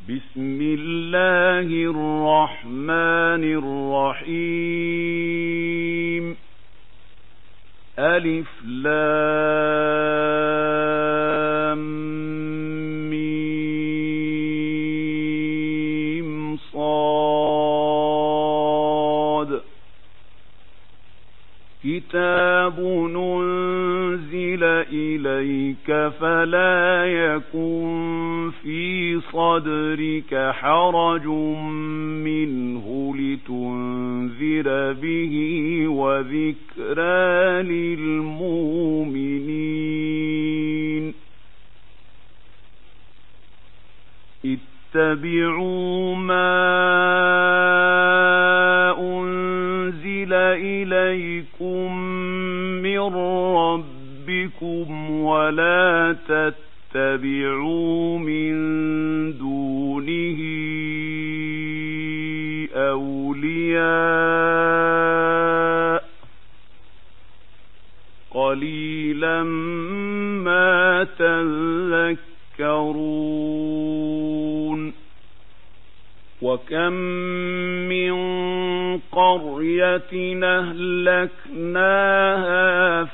بسم الله الرحمن الرحيم. ألف لام ميم صاد. كتاب أنزل إليك فلا يكن في صدرك حرج منه لتنذر به وذكرى للمؤمنين. اتبعوا ما أنزل إليكم من ربكم ولا تتبعوا من دونه أولياء قليلا ما تذكرون. وكم من قرية أهلكناها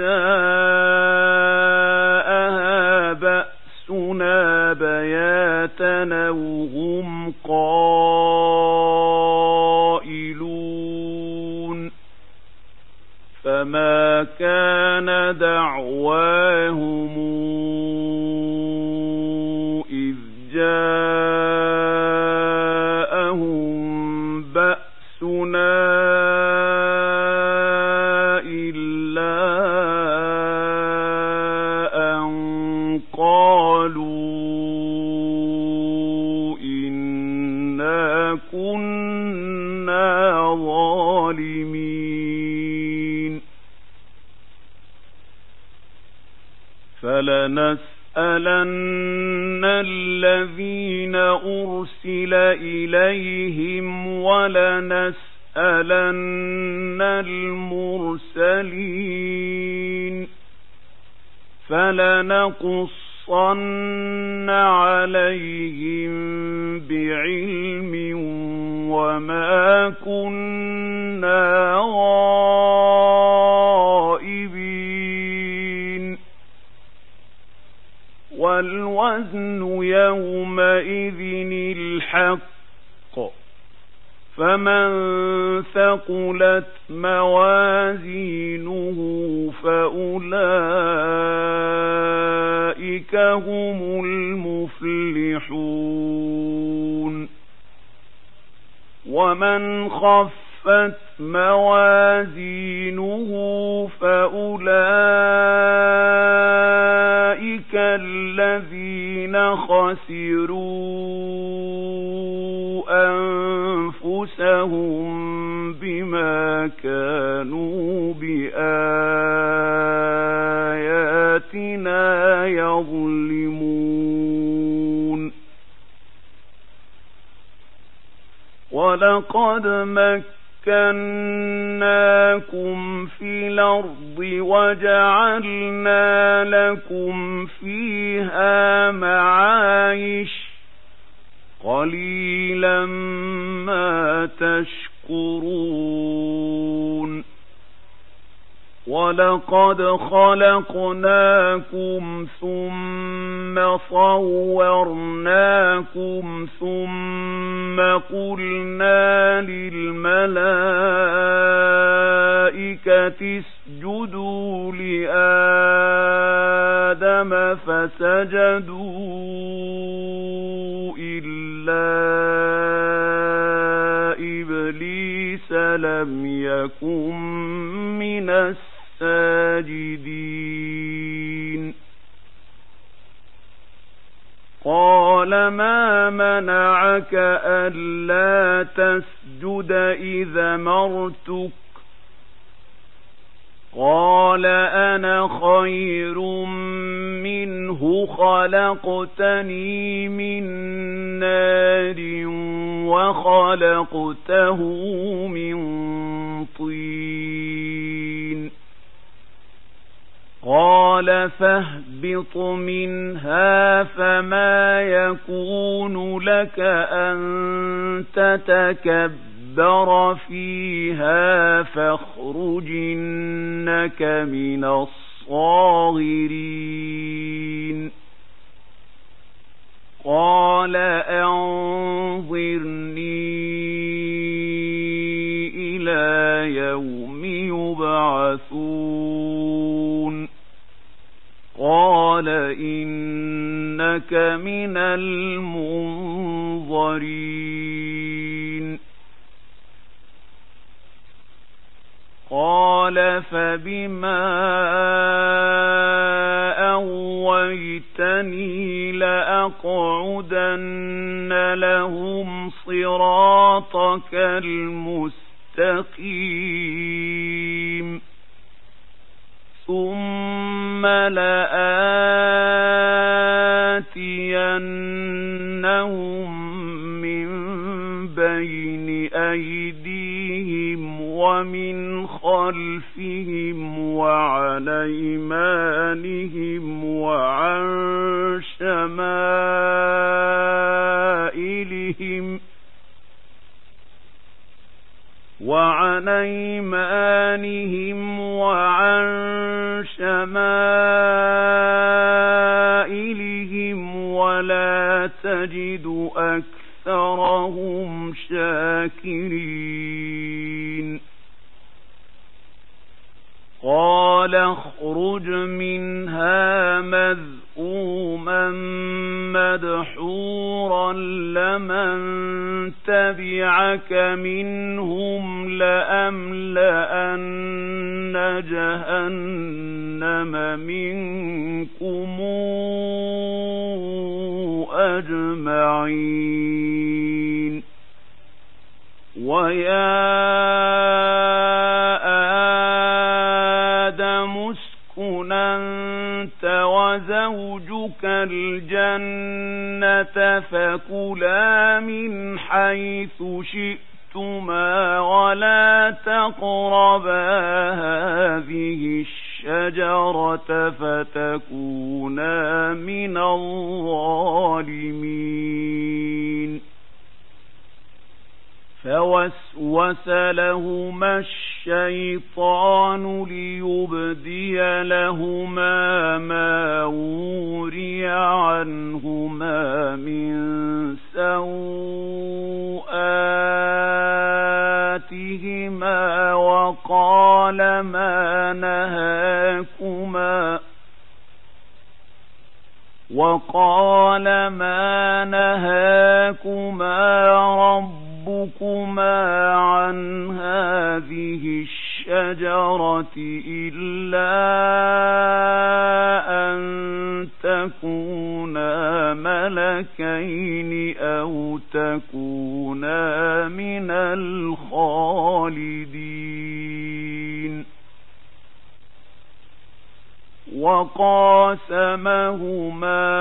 فجاءها بأسنا بياتا وهم قائلون. فما كان دعواهم إذ جاءهم بأسنا إلا أن قالوا إنا كنا ظالمين. فلنسألن الذين أرسل إليهم ولنسألن المرسلين. فلنقصن عليهم بعلم وما كنا غائبين. والوزن يومئذ الحق. فمن ثقلت موازينه فأولئك هم المفلحون. ومن خفت موازينه فأولئك الذين خسروا أنفسهم بما كانوا بآياتنا يظلمون. ولقد مكناكم في الأرض وجعلنا لكم فيها معايش قليلا ما تشكرون. ولقد خلقناكم ثم صورناكم ثم قلنا للملائكة اسجدوا لآدم فسجدوا إلا إبليس لم يكن من الساجدين. قال ما منعك ألا تسجد إذا أمرتك؟ قال أنا خير منه خلقتني من نار وخلقته من طين. قال فاهبط فاهبط منها فما يكون لك أن تتكبر فيها فاخرج إنك من الصاغرين قال أنظرني إلى يوم يبعثون قال إنك من المنظرين قال فبما أغويتني لأقعدن لهم صراطك المستقيم ثم لآتينهم من بين أيديهم ومن خلفهم وعن أيمانهم وعن شمائلهم ولا تجد أكثرهم شاكرين قال اخرج منها مذءوما مدحورا لمن تبعك منهم لأملأن جهنم منكم أجمعين ويا اسكن أنت وزوجك الجنة فكلا من حيث شئتما ولا تقربا هذه الشجرة فتكونا من الظالمين فوسوس لهما الشيطان ليبدي لهما ما وري عنهما من سوآتهما وقال ما نهاكما ربكما عن هذه الشجرة إلا أن تكونا ملكين أو تكونا من الخالدين وقاسمهما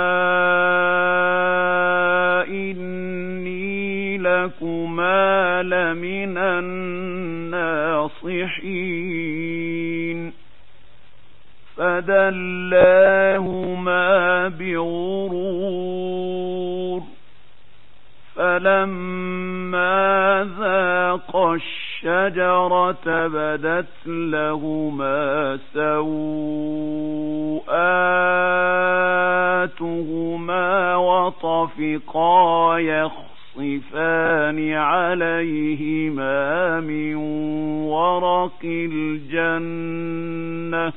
إني لكما لمن الناصحين فدلاهما بغرور فلما ذاقا الشجرة بدت لهما سوآتهما وطفقا يخصفان عليهما من ورق الجنة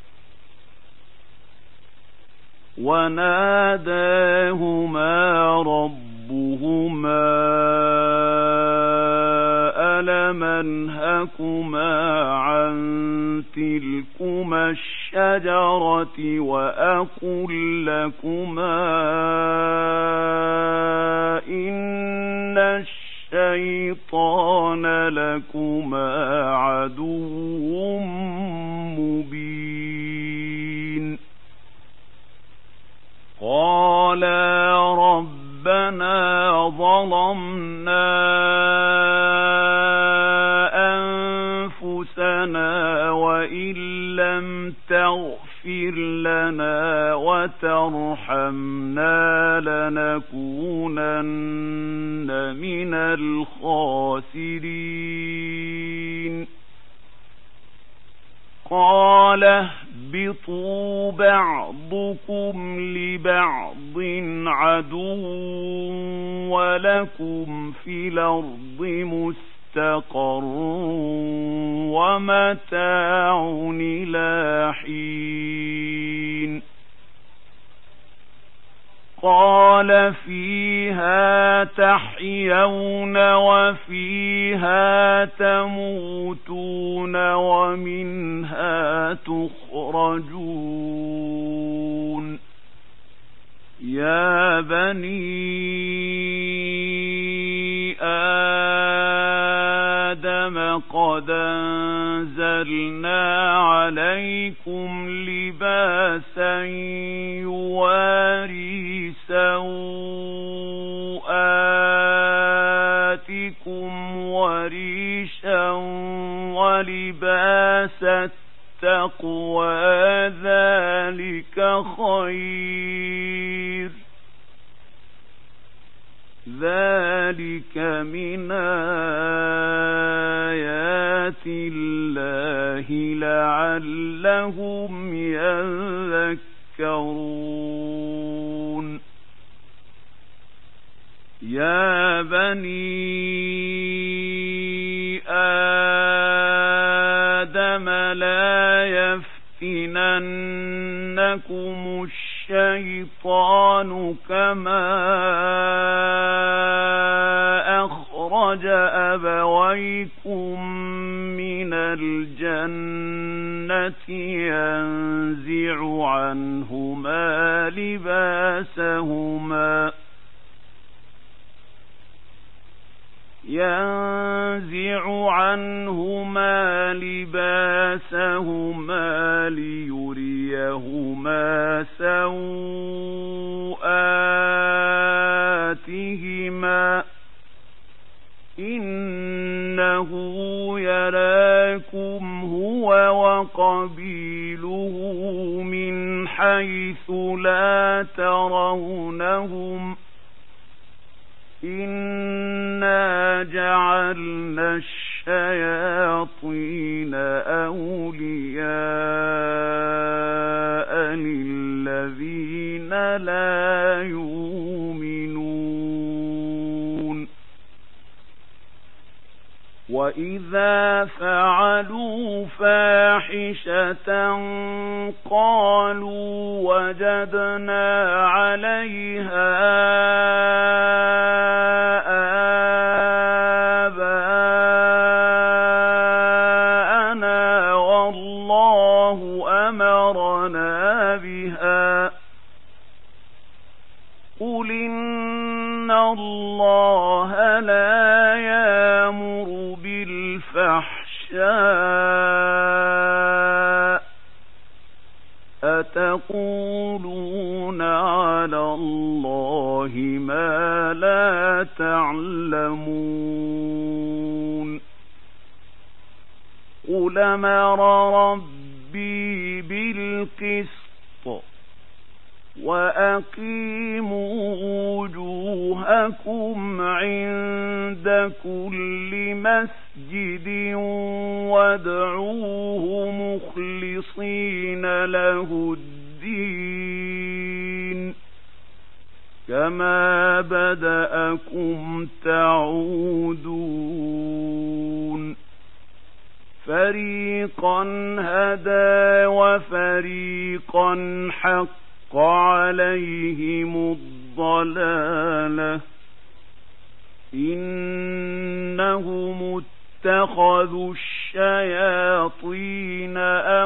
وناداهما ربهما ألم أنهكما عن تلكما الشجرة وأقل لكما إن الشيطان لكما عدو مبين قالا ربنا ظلمنا أنفسنا وإن لم تغفر لنا وترحمنا لنكونن من الخاسرين قال اهبطوا بعضكم لبعض عدو ولكم في الأرض مستقر ومتاع إلى حين قال فيها تحيون وفيها تموتون ومنها تخرجون يا بني آدم قد أنزلنا عليكم لباسا يواري سوآتكم وريشا ولباس التقوى ذلك خير ذلك من آيات الله لعلهم يذكرون يا بني آدم لا يفتننكم الشيطان كما أخرج أبويكم من الجنة ينزع عنهما لباسهما ليريهما سوآتهما إنه يراكم هو وقبيله من حيث لا ترونهم إنا جعلنا الشياطين أولياء للذين لا يؤمنون وإذا فعلوا فاحشة قالوا وجدنا عليها آباءنا والله أمرنا بها قل إن الله لا يأمر بالفحشاء أتقولون على الله ما لا تعلمون قل أمر ربي بالقسط وأقيموا وجوهكم عند كل مسجد وادعوه مخلصين له الدين كما بدأكم تعودون فريقا هدى وفريقا حق عليهم الضلالة إنهم اتخذوا الشياطين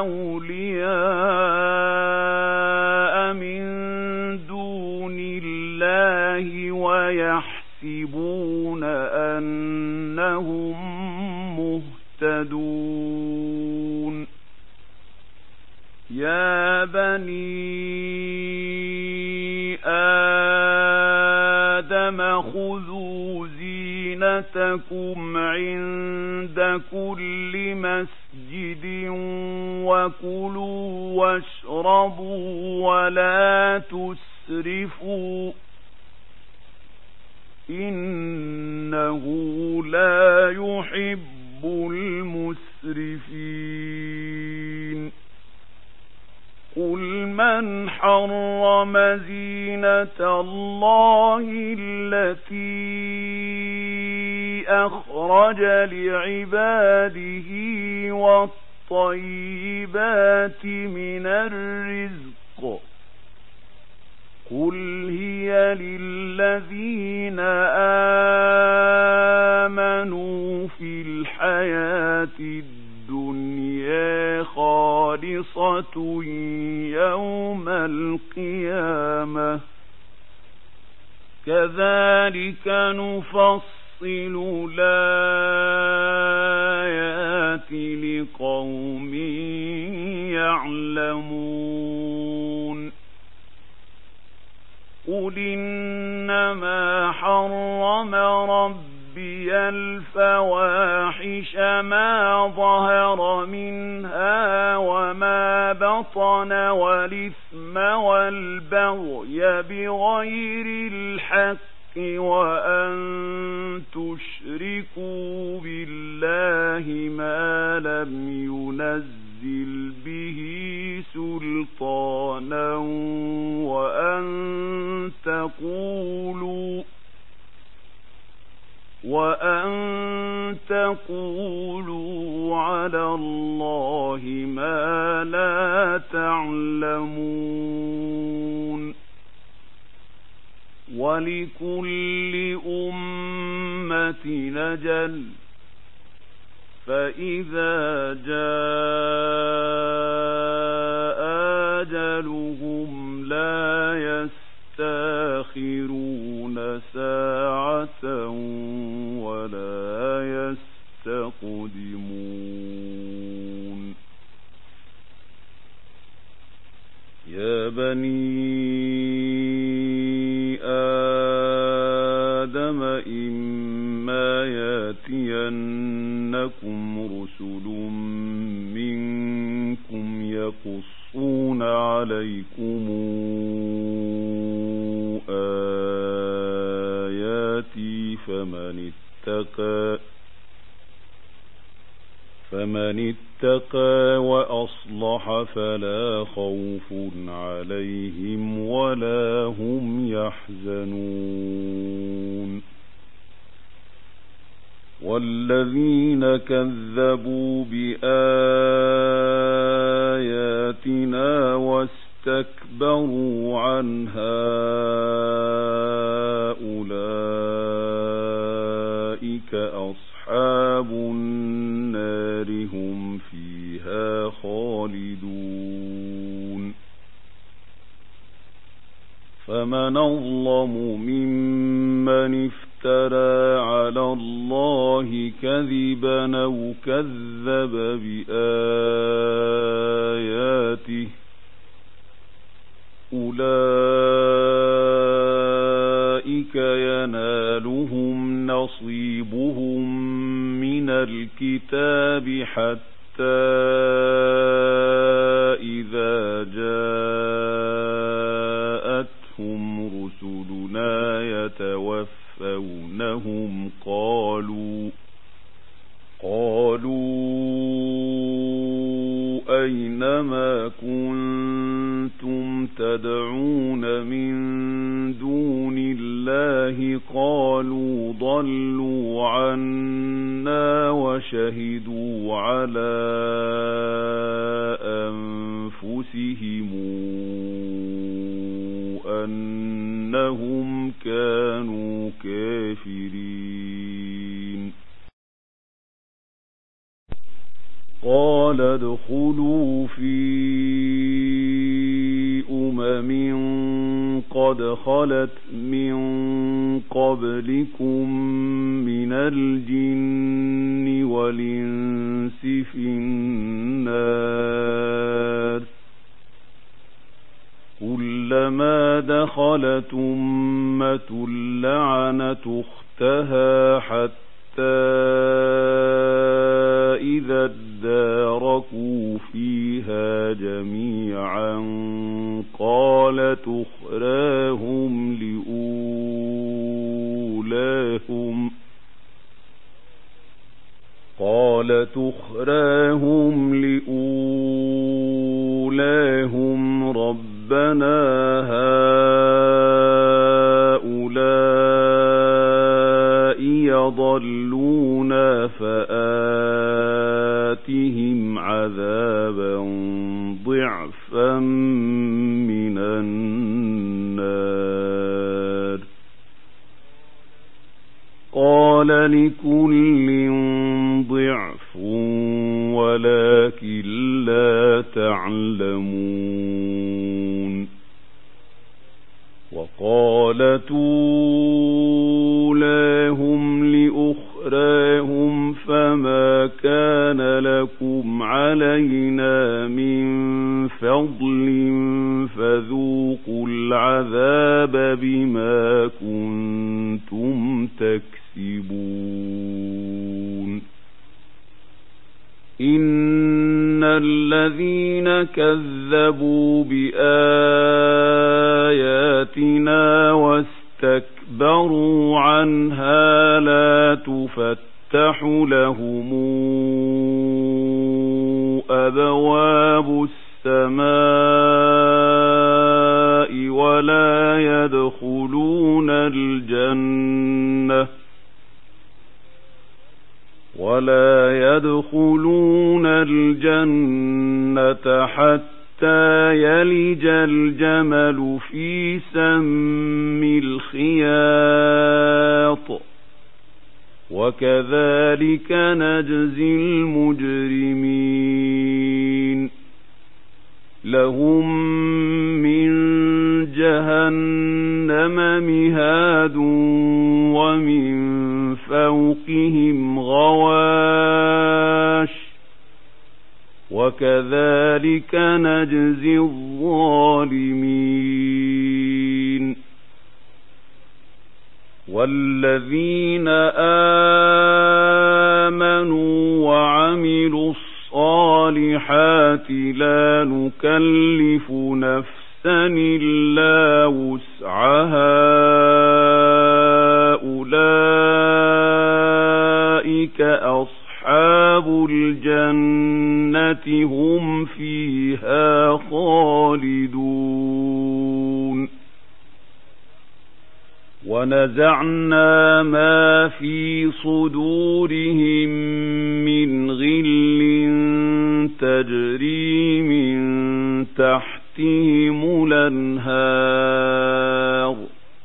أولياء من دون الله ويحسبون أنهم مهتدون يا بني آدم خذوا زينتكم عند كل مسجد مسجد وكلوا واشربوا ولا تسرفوا إنه لا يحب المسرفين قل من حرم زينة الله التي أخرج لعباده والطيبات من الرزق قل هي للذين آمنوا في الحياة الدنيا خالصة يوم القيامة كذلك نفصل الآيات لقوم يعلمون قل إنما حرم ربي الفواحش ما ظهر منها وما بطن والإثم والبغي بغير الحق وأن تشركوا بالله ما لم ينزل به سلطانا وأن تقولوا على الله ما لا تعلمون ولكل أمة أجل فإذا جاء أجلهم لا يستأخرون ساعة ولا يستقدمون يا بني آدم إما يأتينكم رسل منكم يقصون عليكم آياتي فمن اتقى وأصلح فلا خوف عليهم ولا هم يحزنون والذين كذبوا بآياتنا واستكبروا عنها أولئك أصحاب النار هم فيها خالدون فمن أظلم ممن افترى على الله كذبا أو كذب بآياته أولئك ينالهم نصيبهم من الكتاب حتى إذا جاءتهم رسلنا يتوفونهم قالوا أينما كنتم تدعون من دون الله قالوا ضلوا عنا وشهدوا على أنفسهم أنهم كانوا كافرين قال ادخلوا في قد خلت من قبلكم من الجن والإنس في النار كلما دخلت أمة لعنت أختها حتى إذا اداركوا قالت أخراهم لأولاهم ربنا هؤلاء يضلون فآتهم عذابا ضعفا من النار قال لكل ضعف ولكن لا تعلمون وقالت أولاهم لأخراهم فما كان لكم علينا من فضل فذوقوا العذاب بما كنتم تكسبون إن الذين كذبوا بآياتنا واستكبروا عنها لا تفتح لهم أبواب السماء ولا يدخلون الجنة حتى يلج الجمل في سم الخياط وكذلك نجزي المجرمين لهم من جهنم مهاد ومن فوقهم غواش وكذلك نجزي الظالمين والذين آمنوا وعملوا الصالحات لا نكلف نفسا إلا وسعها أولئك أصحاب الجنة هم فيها خالدون ونزعنا ما في صدورهم من غل تجري من تحتهم الأنهار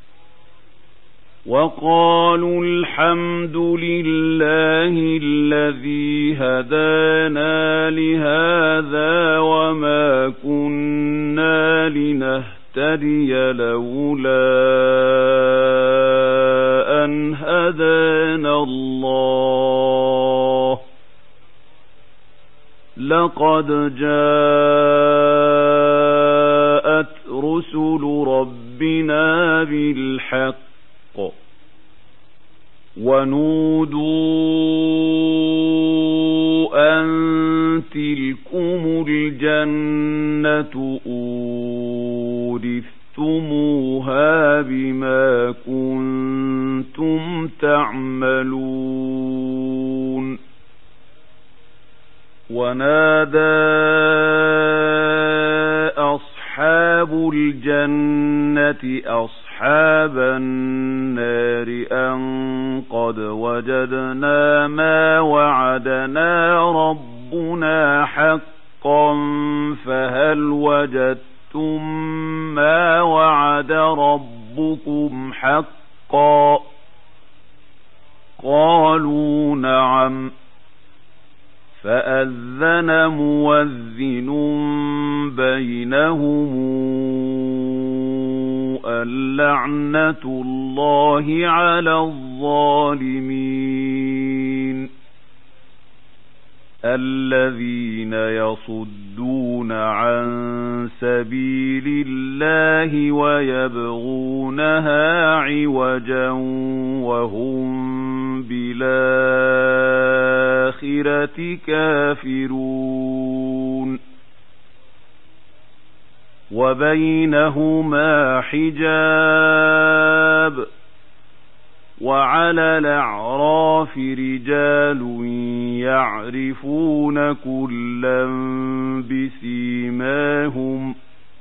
وقالوا الحمد لله الذي هدانا لهذا وما كنا لنهتدي لولا أن هدانا الله لقد جاءت رسل ربنا بالحق ونودوا أن تلكم الجنة أورثتموها بما كنتم تعملون ونادى أصحاب الجنة أصحاب النار أن قد وجدنا ما وعدنا ربنا حقا فهل وجدتم ما وعد ربكم حقا قالوا نعم فأذن مؤذن بينهم اللعنة الله على الظالمين الذين يصدون عن سبيل الله ويبغونها عوجا وهم بالآخرة كافرون وبينهما حجاب وعلى الأعراف رجال يعرفون كلا بسيماهم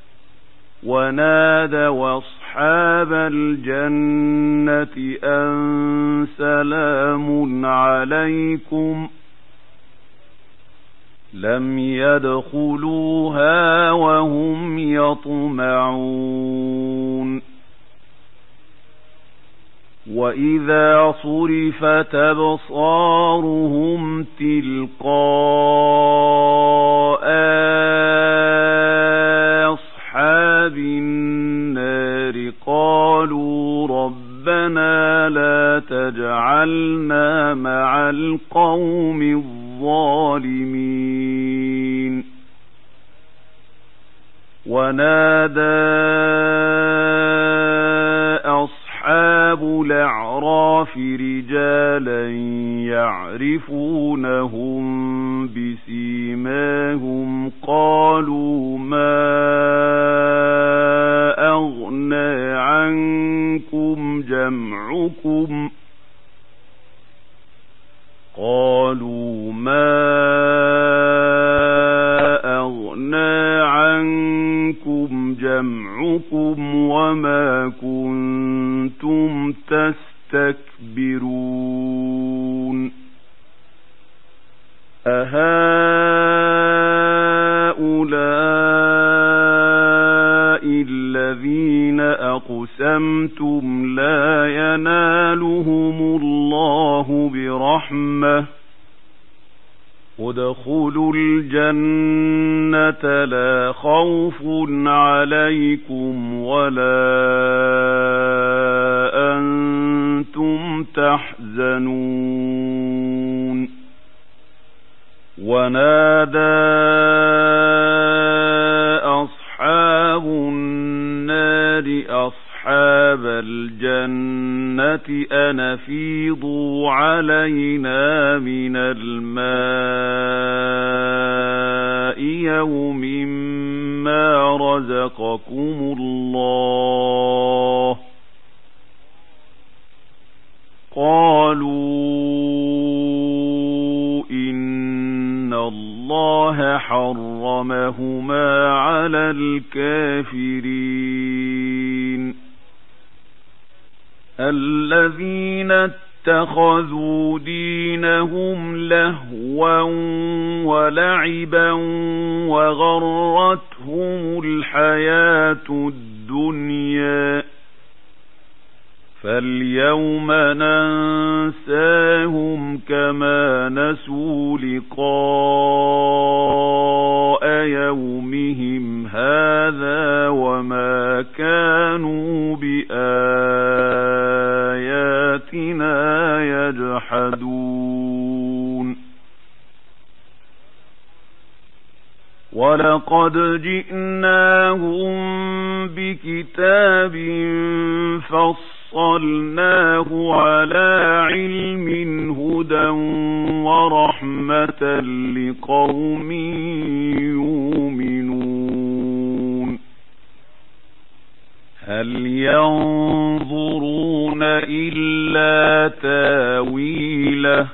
ونادوا أصحاب الجنة أن سلام عليكم لم يدخلوها وهم يطمعون وإذا صرفت أبصارهم تلقاء أصحاب النار قالوا ربنا لا تجعلنا مع القوم الظالمين ونادى أصحاب الأعراف رجالا يعرفونهم بسيماهم قالوا ما أغنى عنكم جمعكم وما كنتم تستكبرون أهؤلاء الذين أقسمتم لا ينالهم الله برحمة ادخلوا الجنة لا خوف عليكم ولا أنتم تحزنون ونادى أصحاب النار أصحاب الجنة أن أفيضوا علينا من الماء يوم ما رزقكم الله قالوا إن الله حرمهما على الكافرين الذين اتخذوا دينهم لهوا ولعبا وغرتهم الحياة الدنيا فاليوم ننساهم كما نسوا لقاء يومهم هذا وما كانوا بآياتنا يجحدون ولقد جئناهم بكتاب فصلناه على علم هدى ورحمة لقوم يؤمنون هل ينظرون إلا تاويله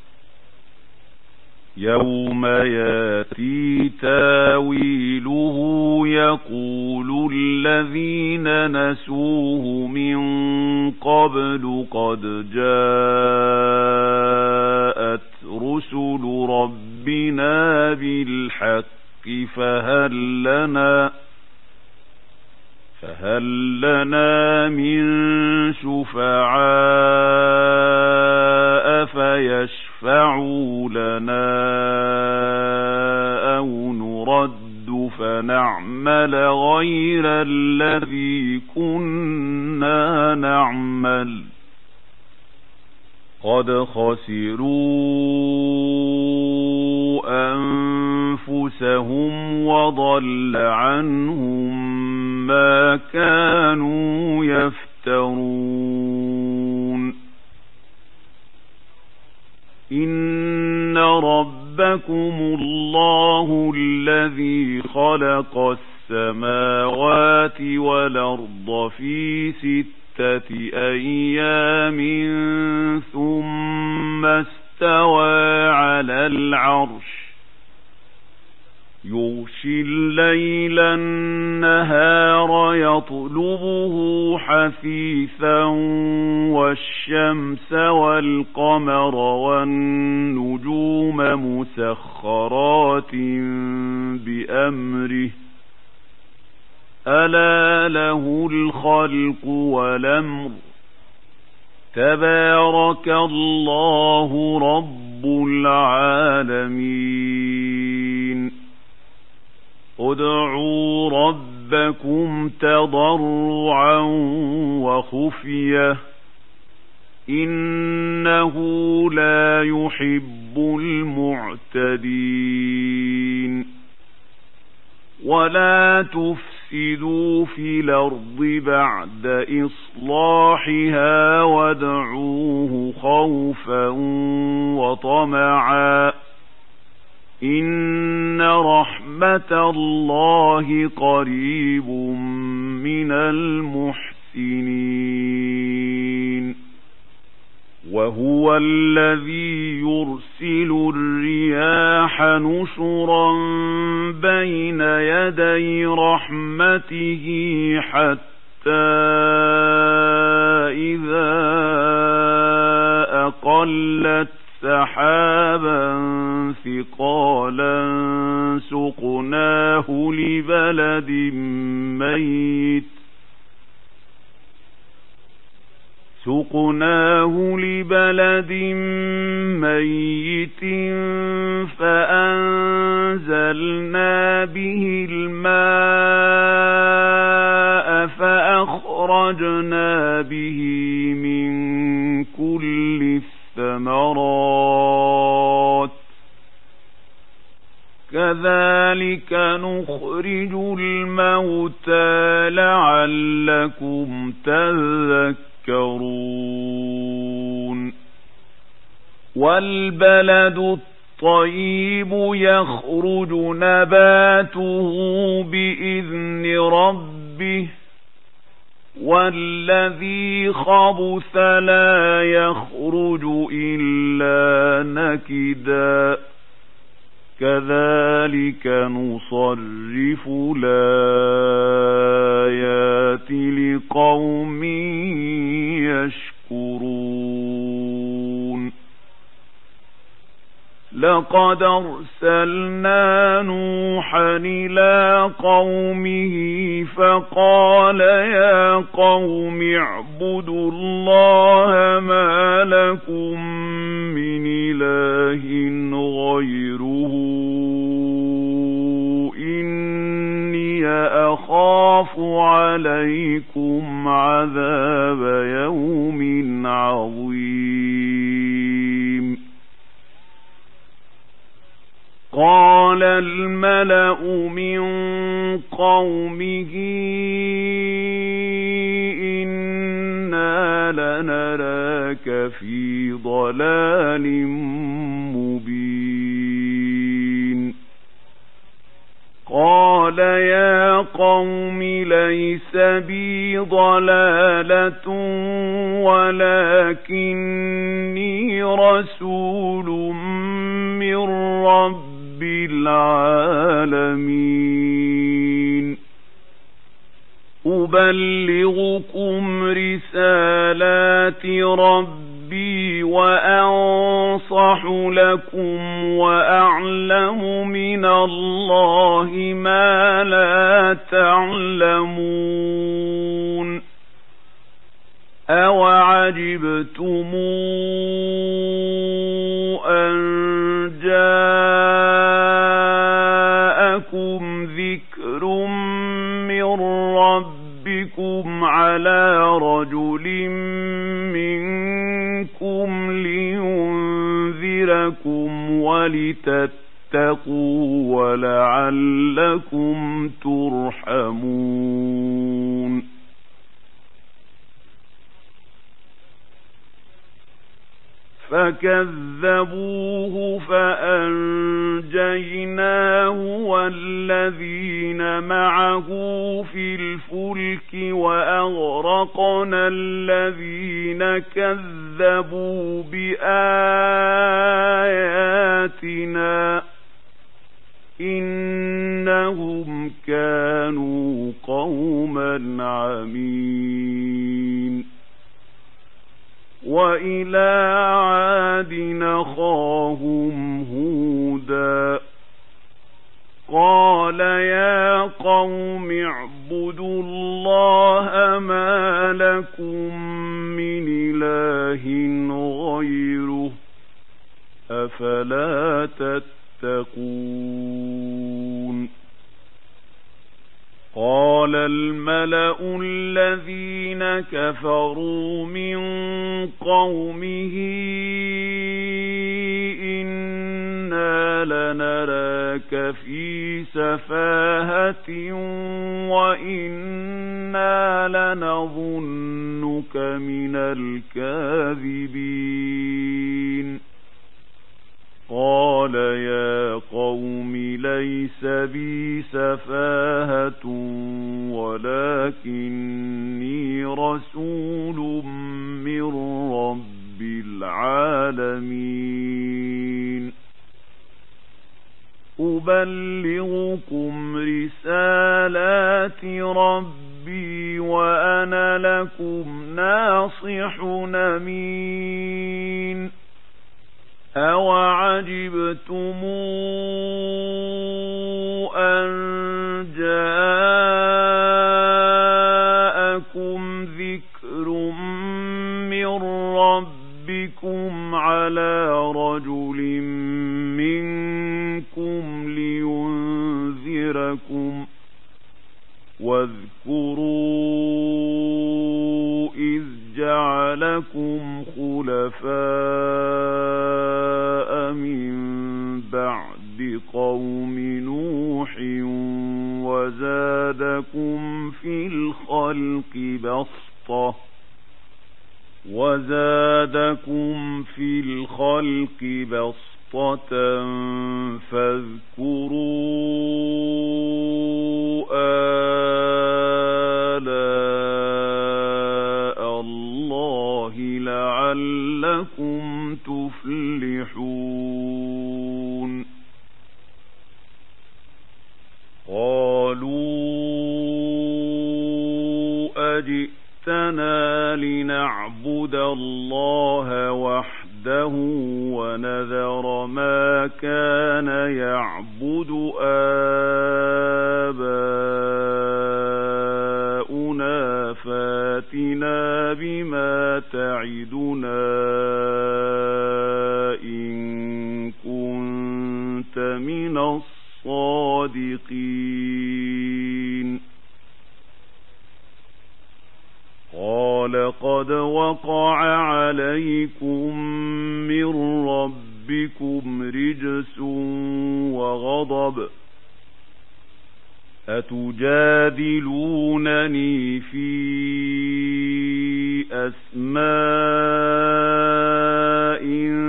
يوم ياتي تاويله يقول الذين نسوه من قبل قد جاءت رسل ربنا بالحق فهل لنا من شفعاء فيشفعوا لنا أو نرد فنعمل غير الذي كنا نعمل قد خسروا أنفسهم وضل عنهم ما كانوا يفترون إن ربكم الله الذي خلق السماوات والأرض في أيام ثم استوى على العرش يغشي الليل النهار يطلبه حثيثا والشمس والقمر والنجوم مسخرات بأمره ألا له الخلق والأمر تبارك الله رب العالمين ادعوا ربكم تضرعا وخفية إنه لا يحب المعتدين ولا تفسدوا في الأرض بعد إصلاحها وادعوه خوفا وطمعا إن رحمة الله قريب من المحسنين وهو الذي يرسل الرياح نشرا بين يدي رحمته حتى إذا أقلت سحابا ثقالا سقناه لبلد ميت فأنزلنا به الماء فأخرجنا به من كل الثمرات كذلك نخرج الموتى لعلكم تذكرون والبلد الطيب يخرج نباته بإذن ربه والذي خبث لا يخرج إلا نكدا كذلك نصرف الآيات لقوم يشكرون لقد أرسلنا نوحا إلى قومه فقال يا قوم اعبدوا الله ما لكم من إله غيره إني أخاف عليكم عذاب يوم عظيم قال الملأ من قومه إنا لنراك في ضلال مبين قال يا قوم ليس بي ضلالة ولكني رسول من رب العالمين أبلغكم رسالات ربي وأنصح لكم وأعلم من الله ما لا تعلمون أوعجبتم أن جاءكم ذكر من ربكم على رجل منكم لينذركم ولتتقوا ولعلكم ترحمون فكذبوه فأنجيناه والذين معه في الفلك وأغرقنا الذين كذبوا بآياتنا إنهم كانوا قوما عمين. وإلى عاد أخاهم هودا قال يا قوم اعبدوا الله ما لكم من إله غيره أفلا تتقون. قال الملأ الذين كفروا من قومه إنا لنراك في سفاهة وإنا لنظنك من الكاذبين. قال يا قوم ليس بي سفاهة ولكني رسول من رب العالمين أبلغكم رسالات ربي وأنا لكم ناصح أمين. أَوَعَجِبْتُمْ أَنْ جَاءَكُمْ ذِكْرٌ مِّنْ رَبِّكُمْ عَلَى رَجُلٍ مِّنْكُمْ لِيُنْذِرَكُمْ واذكروا إذ جعلكم خلفاء من بعد قوم نوح وزادكم في الخلق بسطة فاذكروا آلاء الله لعلكم تفلحون. قالوا أجئتنا لنعبد الله وحده ونذر ما كان يعبد آباؤنا فاتنا بما تعدنا إن كنت من الصادقين. قال قد وقع عليكم من ربكم رجس وغضب أتجادلونني في أسماء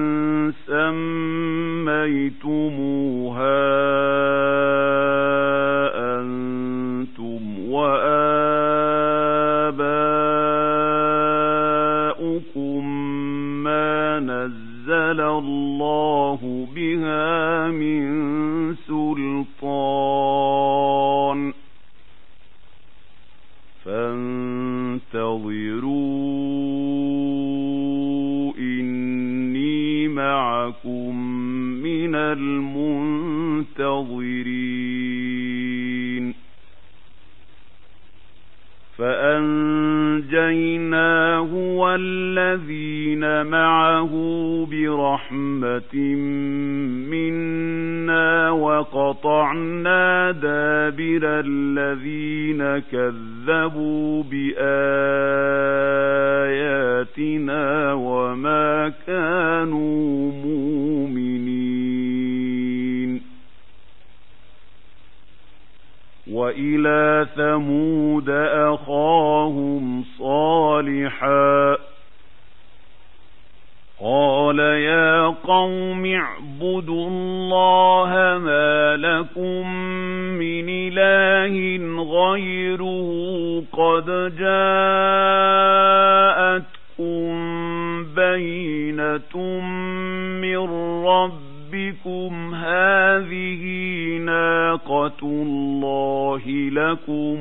سميتموها أنتم وآباؤكم ما نزل الله بها من سلطان فانتظروا إني معكم من المنتظرين. فأنجيناه والذين معه برحمة منا وقطعنا دابر الذين كذبوا بآياتنا وما كانوا مؤمنين. وإلى ثمود أخاهم صالحا قال قال يا قوم اعبدوا الله ما لكم من إله غيره قد جاءتكم بينة من ربكم هذه ناقة الله لكم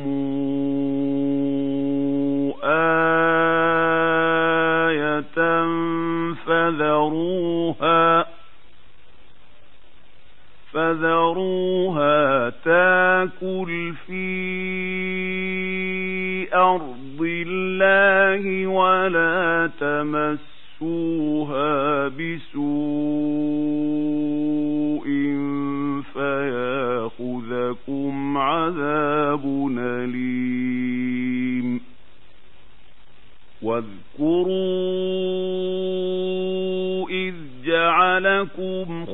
آية فذروها تاكل في أرض الله ولا تمسوها بسوء فياخذكم عذاب أليم واذكروا إذ جعلكم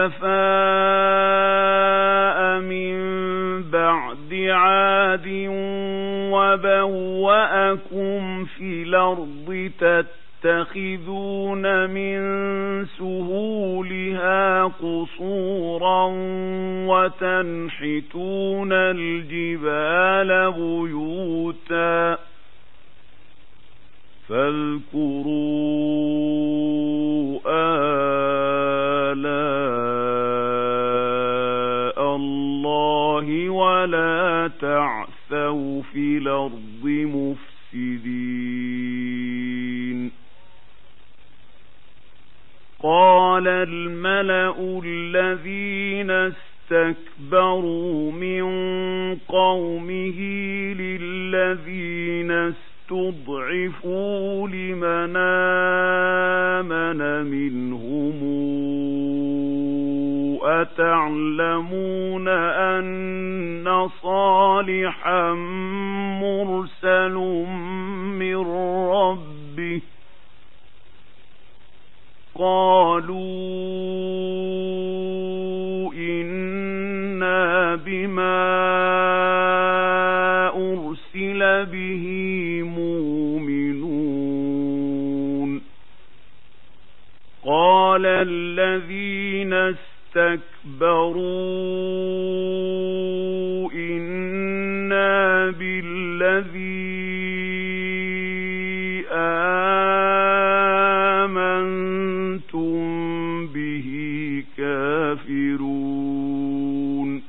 خلفاء من بعد عاد وبوأكم في الأرض تتخذون من سهولها قصورا وتنحتون الجبال بيوتا فاذكروا آلاء الله ولا تعثوا في الأرض مفسدين. قال الملأ الذين استكبروا من قومه للذين استضعفوا لمن آمن منهم أتعلمون أن صالحا مرسل من ربه قالوا إنا بما أرسل به مؤمنون. قال الذين استكبروا إنا بالذي آمنتم به كافرون.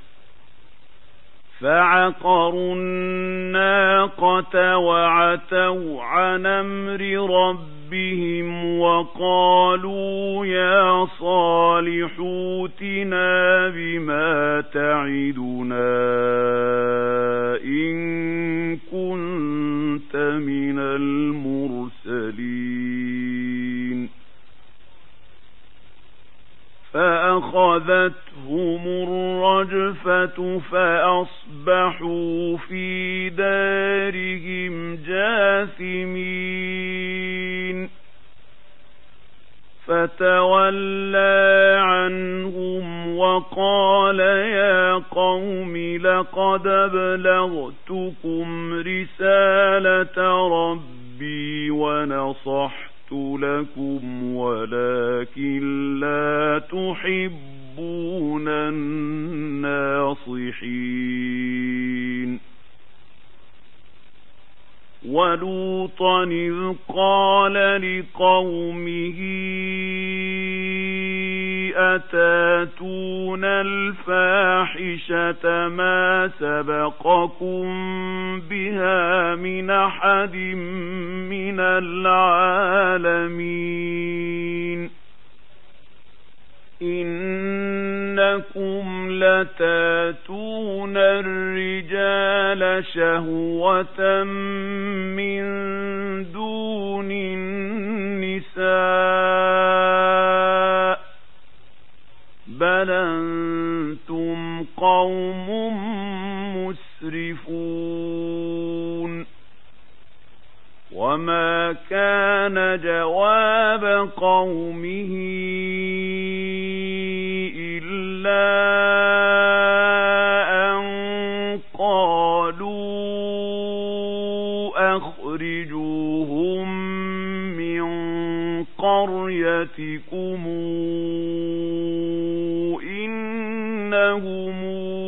فعقروا الناقة وعتوا عن أمر ربهم وقالوا يا صالح ائتنا بما تعدنا إن كنت من المرسلين. فأخذتهم الرجفة فأصبحوا في دارهم جاثمين. فتولى عنهم وقال يا قوم لقد أبلغتكم رسالة ربي ونصحت لكم ولكن لا تحبون الناصحين. ولوطا إذ قال لقومه أتاتون الفاحشة ما سبقكم بها من أحد من العالمين. إنكم لتاتون الرجال شهوة من دون النساء بل أنتم قوم مسرفون. وما كان جواب قومه إلا أن قالوا أخرجوهم من قريتكم قريتكم إنهم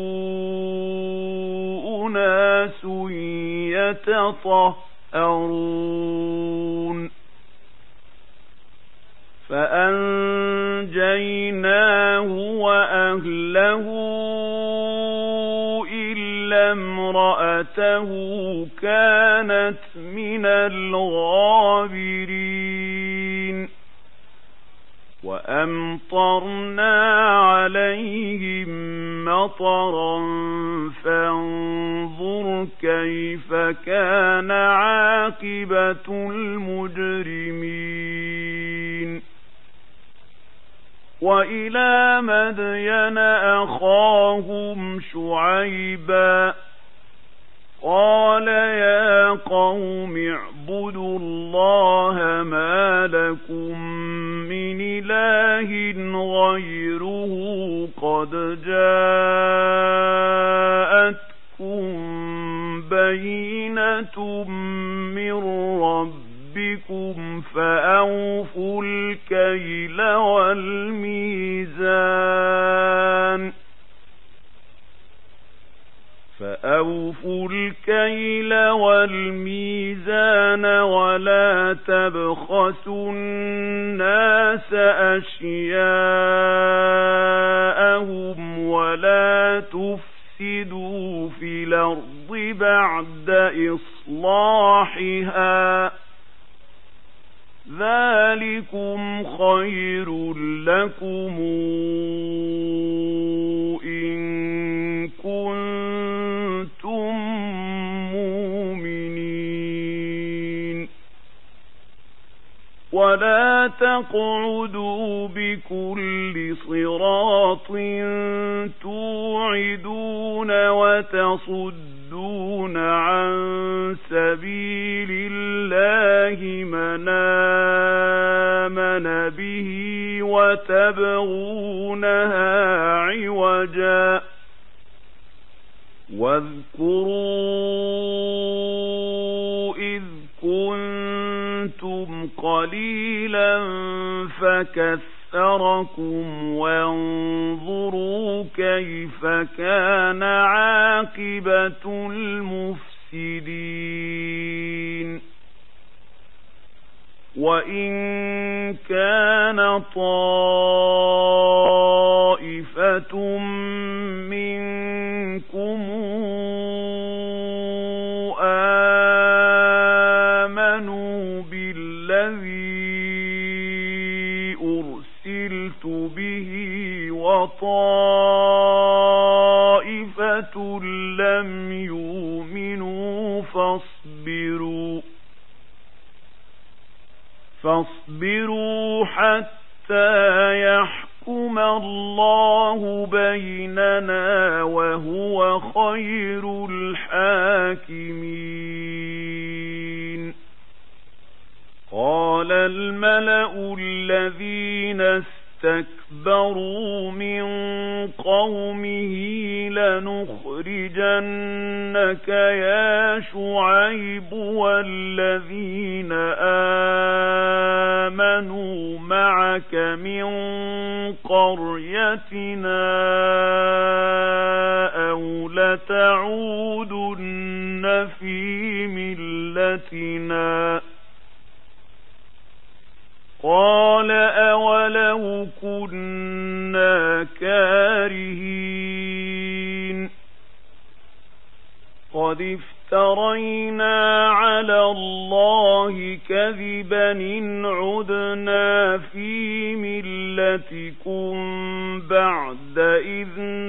أناس يتطهرون فأنجيناه وأهله إلا امرأته كانت من الغابرين وأمطرنا عليهم مطرا فانظر كيف كان عاقبة المجرمين وإلى مدين أخاهم شعيبا قال يا قوم اعبدوا الله ما لكم من إله غيره قد جاءتكم بينة من ربكم فأوفوا الكيل والميزان ولا تبخسوا الناس أشياءهم ولا تفسدوا في الأرض بعد إصلاحها ذلكم خير لكم إن كنتم مؤمنين ولا تقعدوا بكل صراط توعدون وتصدون عن سبيل الله من آمن به وتبغونها عوجا واذكروا إذ كنتم قليلا فكثركم وانظروا كيف كان عاقبة المفسدين وإن كان طائفة منكم آمنوا بالذي أرسلت به وطائفة لم يؤمنوا فاصبروا حتى يحكم الله بيننا وهو خير الحاكمين قال الملأ الذين استكبروا من قومه لنخرجنك يا شعيب والذين آمنوا معك من قريتنا أو لتعودن في ملتنا قال أولو كنا كارهين قد افترينا على الله كذبا إن عدنا في ملتكم بعد إذ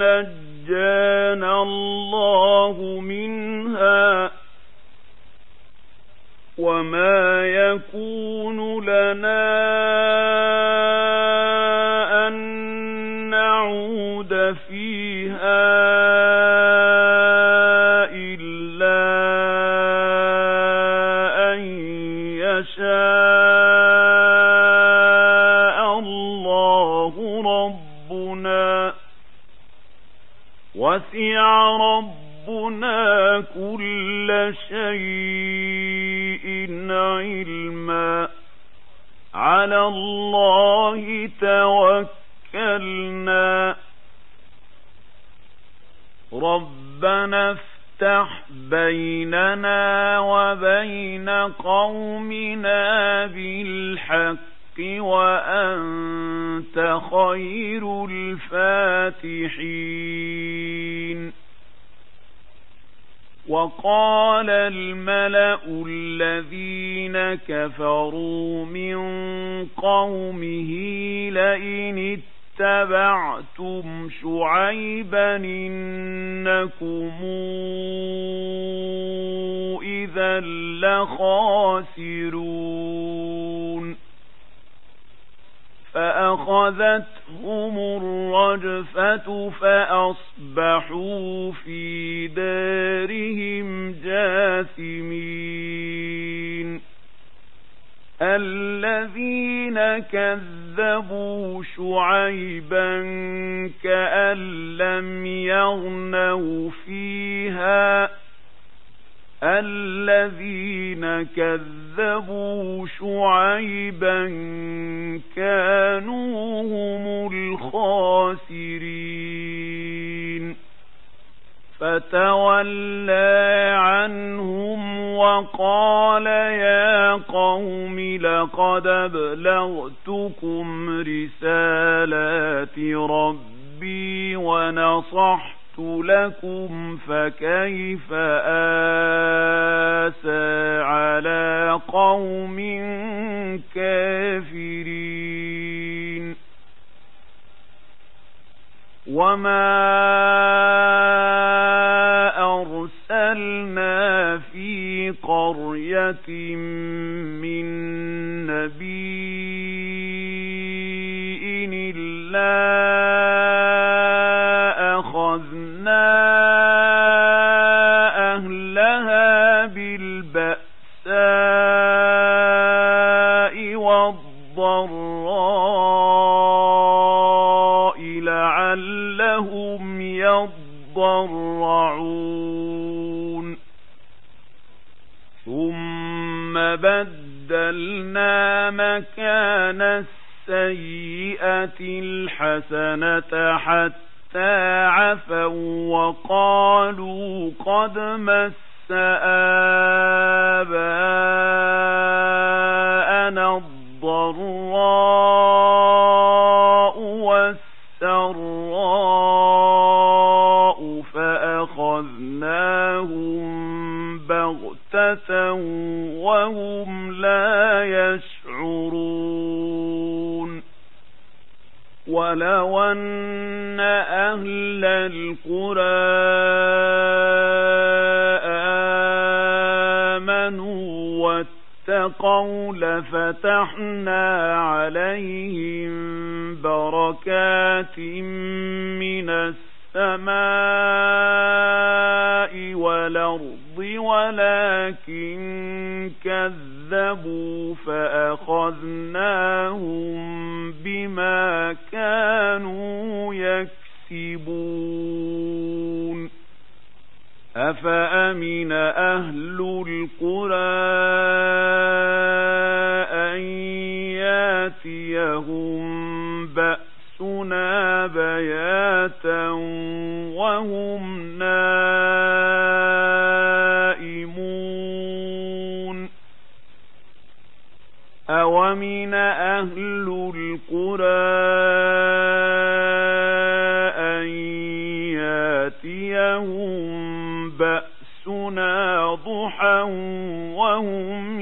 نجانا الله منها وما يكون لنا أن نعود فيها إلا أن يشاء الله ربنا وسع ربنا كل شيء علما على الله توكلنا ربنا افتح بيننا وبين قومنا بالحق وأنت خير الفاتحين وقال الملأ الذين كفروا من قومه لئن اتبعتم شعيبا إنكم إذا لخاسرون فأخذتهم الرجفة فأصبحوا في دارهم جاثمين الذين كذبوا شعيبا كأن لم يغنوا فيها الذين كذبوا شعيبا كانوا هم الخاسرين فتولى عنهم وقال يا قوم لقد أبلغتكم رسالات ربي ونصحت لكم فكيف آسى على قوم كافرين وما أرسلنا في قرية من نبي إلا أخذنا أهلها بالبأساء والضراء لعلهم يضرعون ثم بدلنا مكان السيئة الحسنة حتى عفوا وقالوا قد مس آباءنا الضراء والسراء فأخذناهم بغتة وهم لا يشعرون ولو أن أهل القرى آمنوا واتقوا لفتحنا عليهم بركات من السماء والأرض ولكن كذبوا فأخذناهم بما كانوا يكسبون أفأمن أهل القرى أن ياتيهم بأسنا بياتا وهم نائمون أومن أهل القرى أن ياتيهم بأسنا ضحى وهم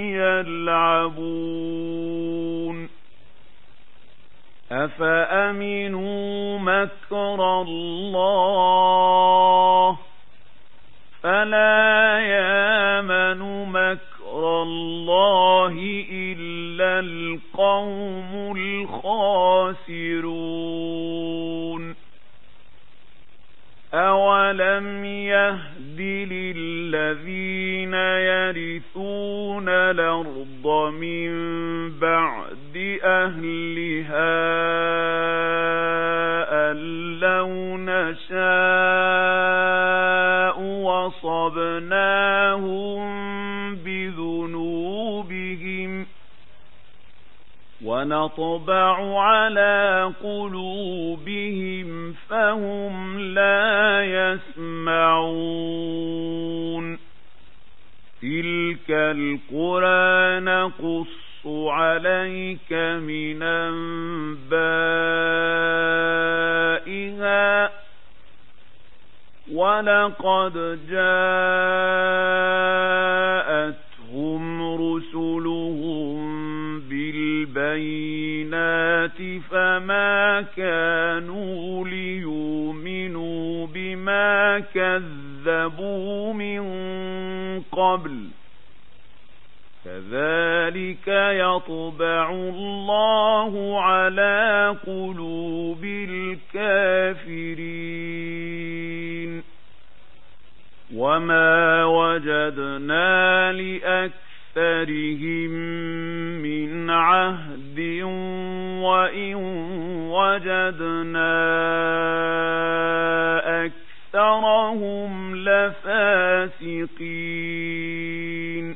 يلعبون أفأمنوا مكر الله فلا يامن مكر الله إلا القوم الخاسرون أولم يهد للذين يرثون الأرض من بعد أهلها أن لو نشاء وصبناهم بذنوبهم ونطبع على قلوبهم فهم لا يسمعون تلك القرى نقص عليك من أنبائها ولقد جاءتهم رسلهم بالبينات فما كانوا ليؤمنوا بما كذبوا من قبل كذلك يطبع الله على قلوب الكافرين وما وجدنا لأكثرهم من عهد وإن وجدنا أكثرهم لفاسقين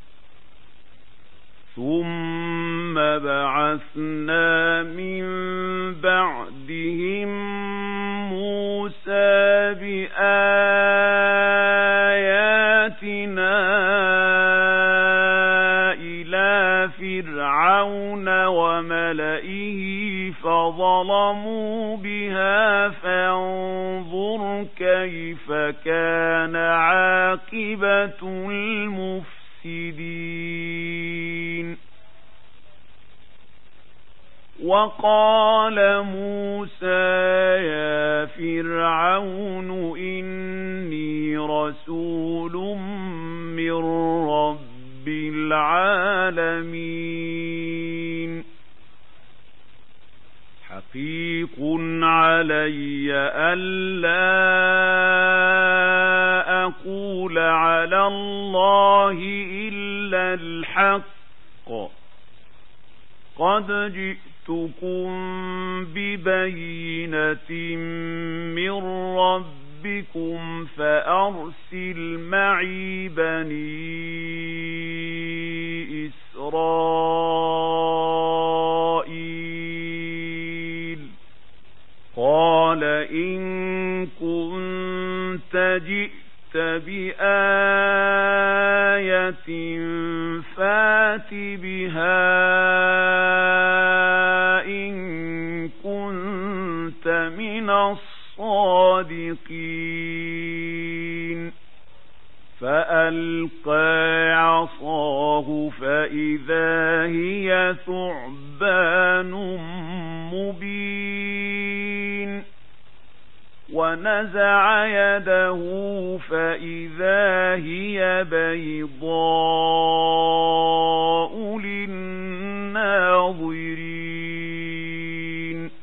ثم بعثنا من بعدهم موسى بآياتنا إلى فرعون وملئه فظلموا بها فانظر كيف كان عاقبة المفسدين وقال موسى يا فرعون إني رسول من رب العالمين حقيق علي ألا أقول على الله إلا الحق قد جئتكم ببينة من ربكم فأرسل معي بني إسرائيل قال إن كنت جئت بآية فات بها إن كنت من الصادقين فألقى عصاه فإذا هي ثعبان مبين ونزع يده فإذا هي بيضاء للناظرين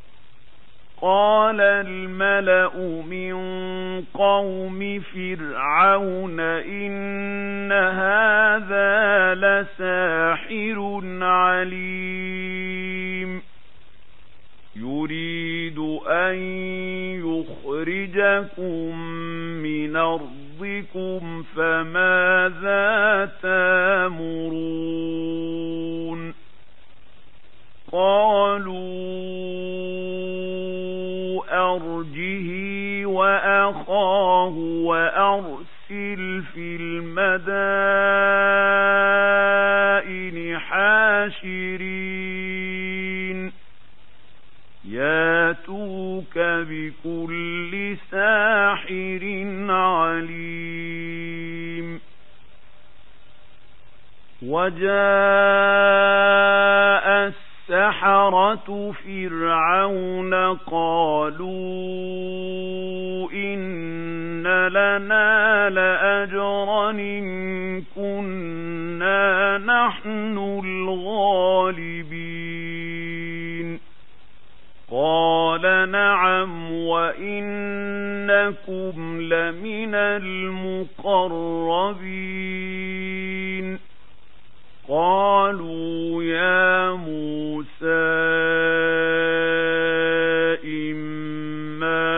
قال الملأ من قوم فرعون إن هذا لساحر عليم يريد أن يخرجكم من أرضكم فماذا تأمرون قالوا أرجه وأخاه وأرسل في المدائن حاشرين ياتوك بكل ساحر عليم وجاء السحرة فرعون قالوا إن لنا لأجرا إن كنا نحن الغالبين قال نعم وإنكم لمن المقربين قالوا يا موسى إما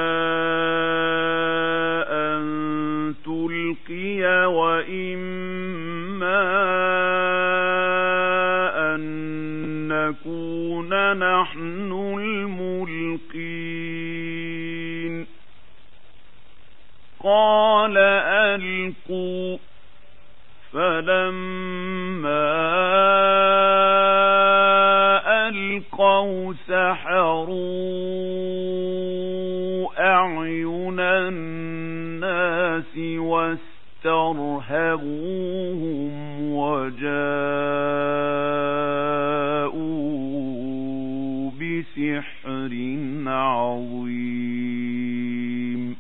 أن تلقي وإما أن نحن الملقين قال ألقوا فلما ألقوا سحروا أعين الناس واسترهبوهم وجاءوا بسحر عظيم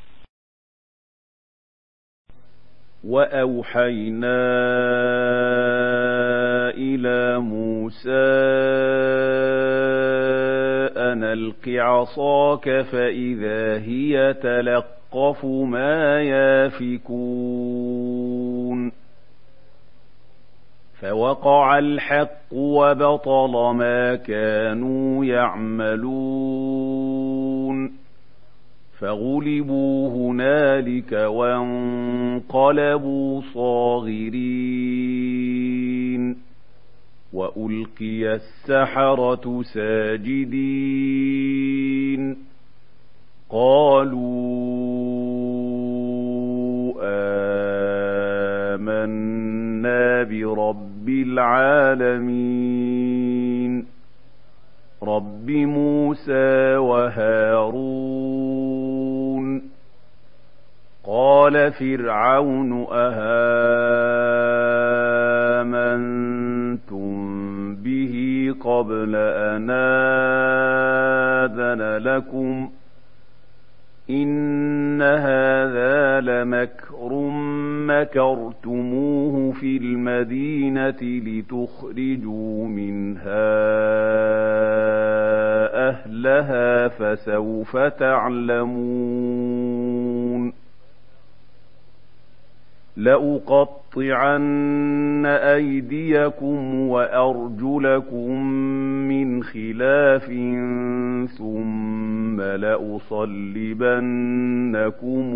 وأوحينا إلى موسى أن ألق عصاك فإذا هي تلقف ما يافكون فوقع الحق وبطل ما كانوا يعملون فغلبوا هنالك وانقلبوا صاغرين وألقي السحرة ساجدين قالوا آمنا برب العالمين رب موسى وهارون قال فرعون أهامنتم به قبل أن آذن لكم إن هذا لمكر مكرتموه في المدينة لتخرجوا منها أهلها فسوف تعلمون لأقطعن أيديكم وأرجلكم من خلاف ثم لأصلبنكم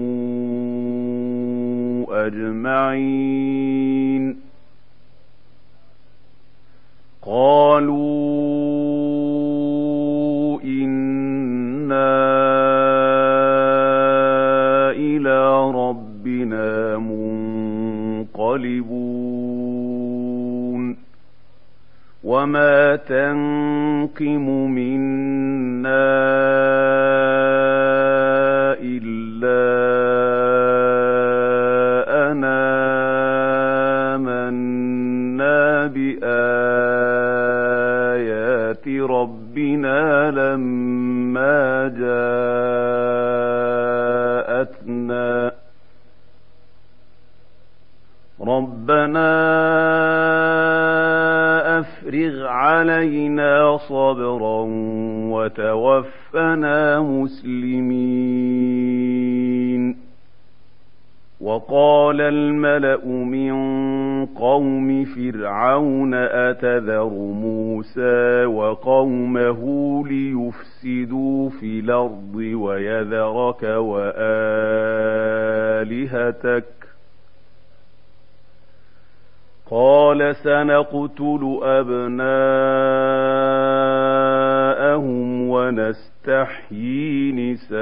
أجمعين قالوا إنا إلى ربنا منقلبون وما تنقم منا إلا أن آمنا بآيات ربنا لما جاءتنا ربنا أفرغ علينا صبرا وتوفنا مسلمين وقال الملأ من قوم فرعون أتذر موسى وقومه ليفسدوا في الأرض ويذرك وآلهتك قال سنقتل أبناءهم ونستحيي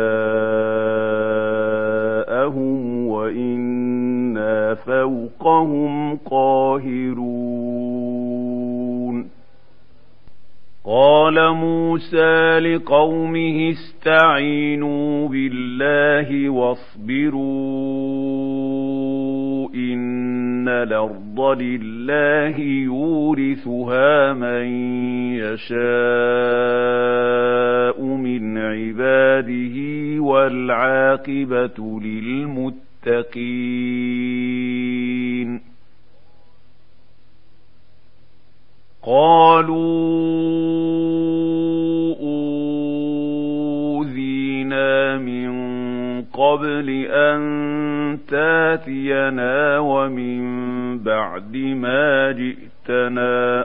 نساءهم وإنا فوقهم قاهرون قال موسى لقومه استعينوا بالله واصبروا إن الأرض لله يورثها من يشاء من عباده والعاقبة للمتقين قالوا أوذينا من قبل أن تاتينا ومن بعد ما جئتنا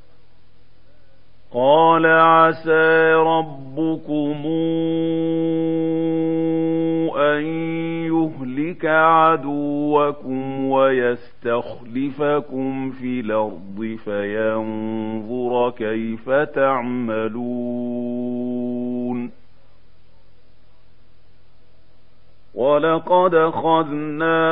قال عسى ربكم أن يهلك يهلك عدوكم ويستخلفكم في الأرض فينظر كيف تعملون. ولقد أخذنا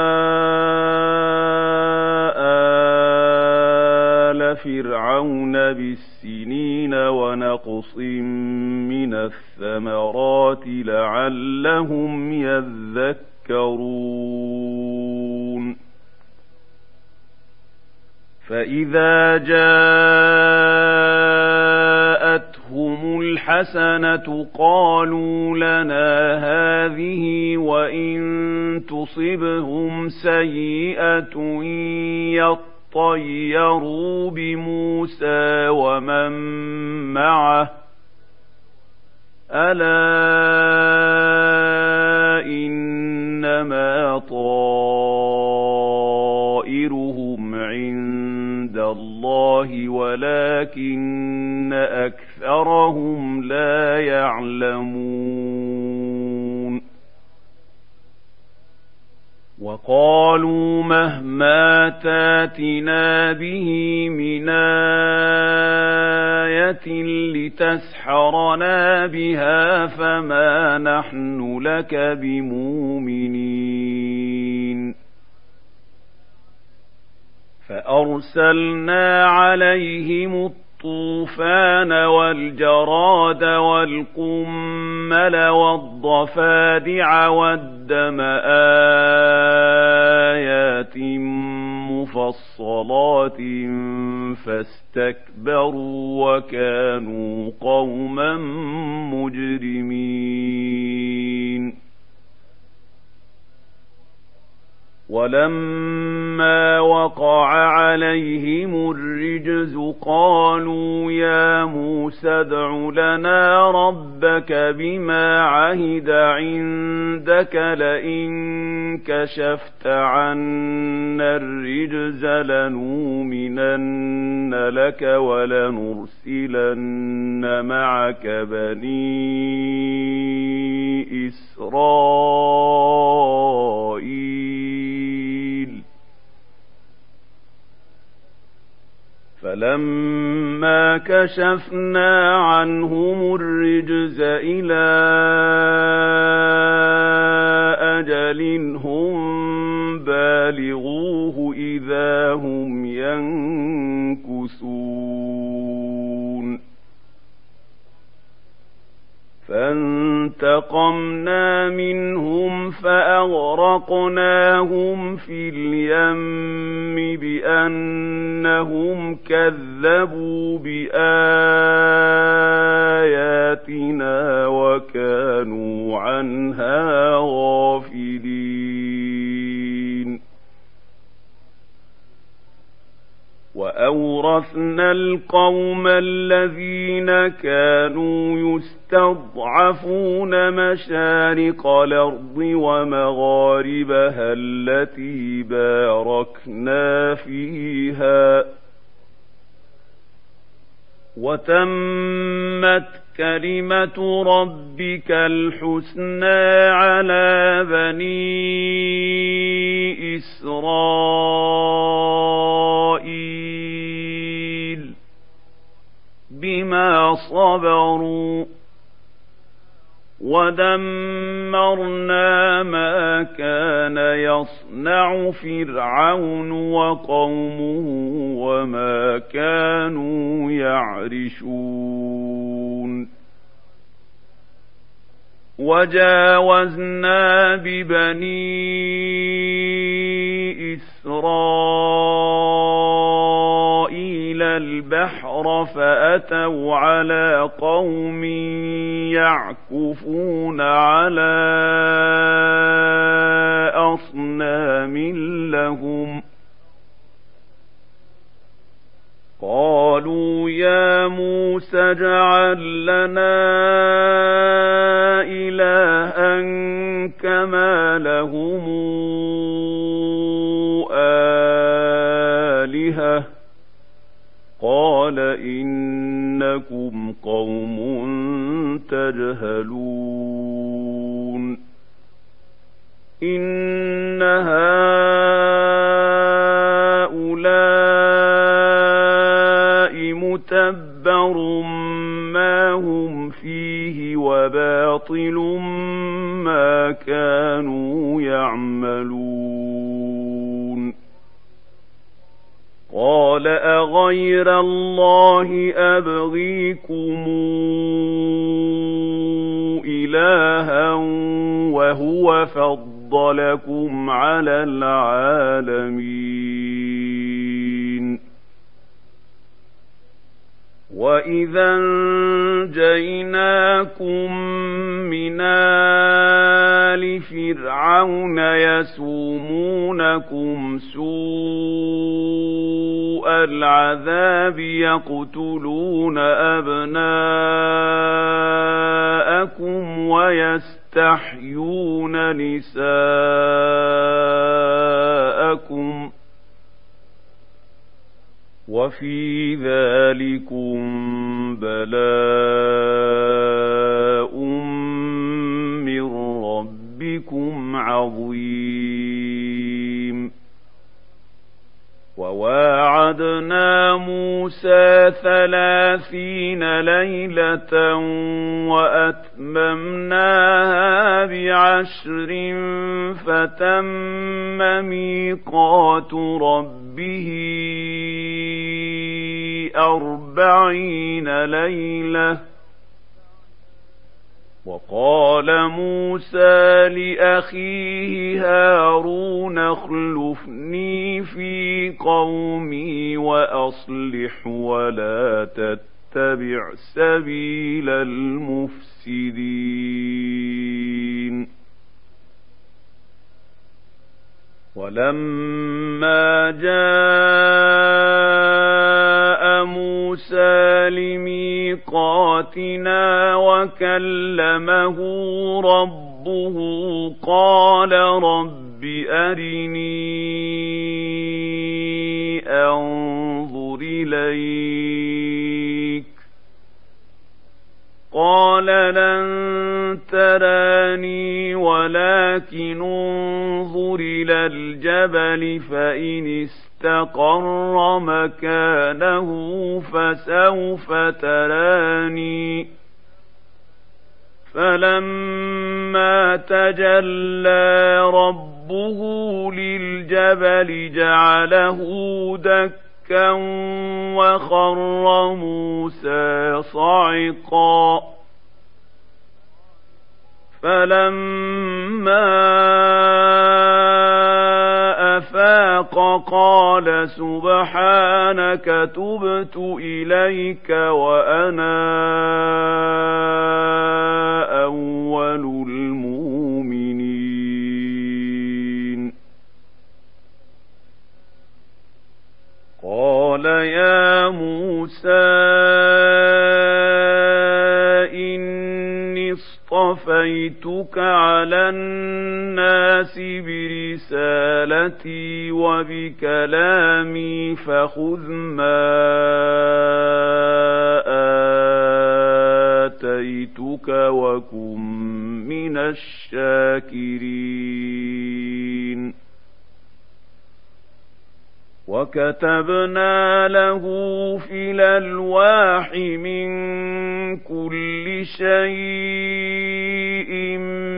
آل فرعون بالسنين ونقص من الثمرات لعلهم يذكرون. فإذا جاءتهم الحسنة قالوا لنا هذه وإن تصبهم سيئة يطيروا بموسى ومن معه ألا إنما طائرهم عند الله ولكن أكثرهم لا يعلمون. وقالوا مهما تاتنا به من آية لتسحرنا بها فما نحن لك بمؤمنين. فأرسلنا عليهم الطوفان والجراد والقمل والضفادع والدم آيات مفصلات فاستكبروا وكانوا قوما مجرمين. ولما وقع عليهم الرجز قالوا يا موسى ادع لنا ربك بما عهد عندك لئن كشفت عنا الرجز لنؤمنن لك ولنرسلن معك بني إسرائيل. فلما كشفنا عنهم الرجز إلى أجل هم بالغوه إذا هم ينكثون. فانتقمنا منهم فأغرقناهم في اليم بأنهم كذبوا بآياتنا وكانوا عنها غافلين. وأورثنا القوم الذين كانوا يستضعفون مشارق الأرض ومغاربها التي باركنا فيها وتمت كلمة ربك الحسنى على بني إسرائيل بما صبروا ودمرنا ما كان يصنع فرعون وقومه وما كانوا يعرشون. وجاوزنا ببني إسرائيل البحر فأتوا على قوم يعكفون على أصنام لهم قالوا يا موسى اجعل لنا إلها كما لهم آلهة قال إنكم قوم تجهلون. إِنَّ هَٰؤُلَاءِ مُتَبَّرٌ مَّا هُمْ فِيهِ وَبَاطِلٌ مَّا كَانُوا يَعْمَلُونَ قَالَ أَغَيْرَ اللَّهِ أَبْغِيكُمْ إِلَٰهًا وَهُوَ فَضَّلَكُمْ عَلَى الْعَالَمِينَ وَإِذَا أَنجَيْنَاكُم مِّنْ آلِ فِرْعَوْنَ يَسُومُونَكُمْ سُوءَ الْعَذَابِ يَقْتُلُونَ أَبْنَاءَكُمْ وَيَسْتَحْيُونَ نِسَاءَكُمْ وَفِي ذَلِكُمْ بَلَاءٌ مِّن رَّبِّكُمْ عَظِيمٌ وَوَاعَدْنَا مُوسَىٰ 30 لَيْلَةً وَأَتْمَمْنَاهَا ب10 فَتَمَّ مِيقَاتُ رَبِّهِ 40 ليلة وقال موسى لأخيه هارون اخلفني في قومي وأصلح ولا تتبع سبيل المفسدين ولما جاء موسى لميقاتنا وكلمه ربه قال رب أرني أنظر إليك قال لن تراني ولكن انظر إلى الجبل فإن استقر مكانه فسوف تراني فلما تجلى ربه للجبل جعله دكا وخر موسى صعقا فلما أفاق قال سبحانك تبت إليك وأنا أول المؤمنين قال يا موسى إني اصطفيتك على الناس برسالتي وبكلامي فخذ ما آتيتك وكن من الشاكرين وكتبنا له في الألواح من كل شيء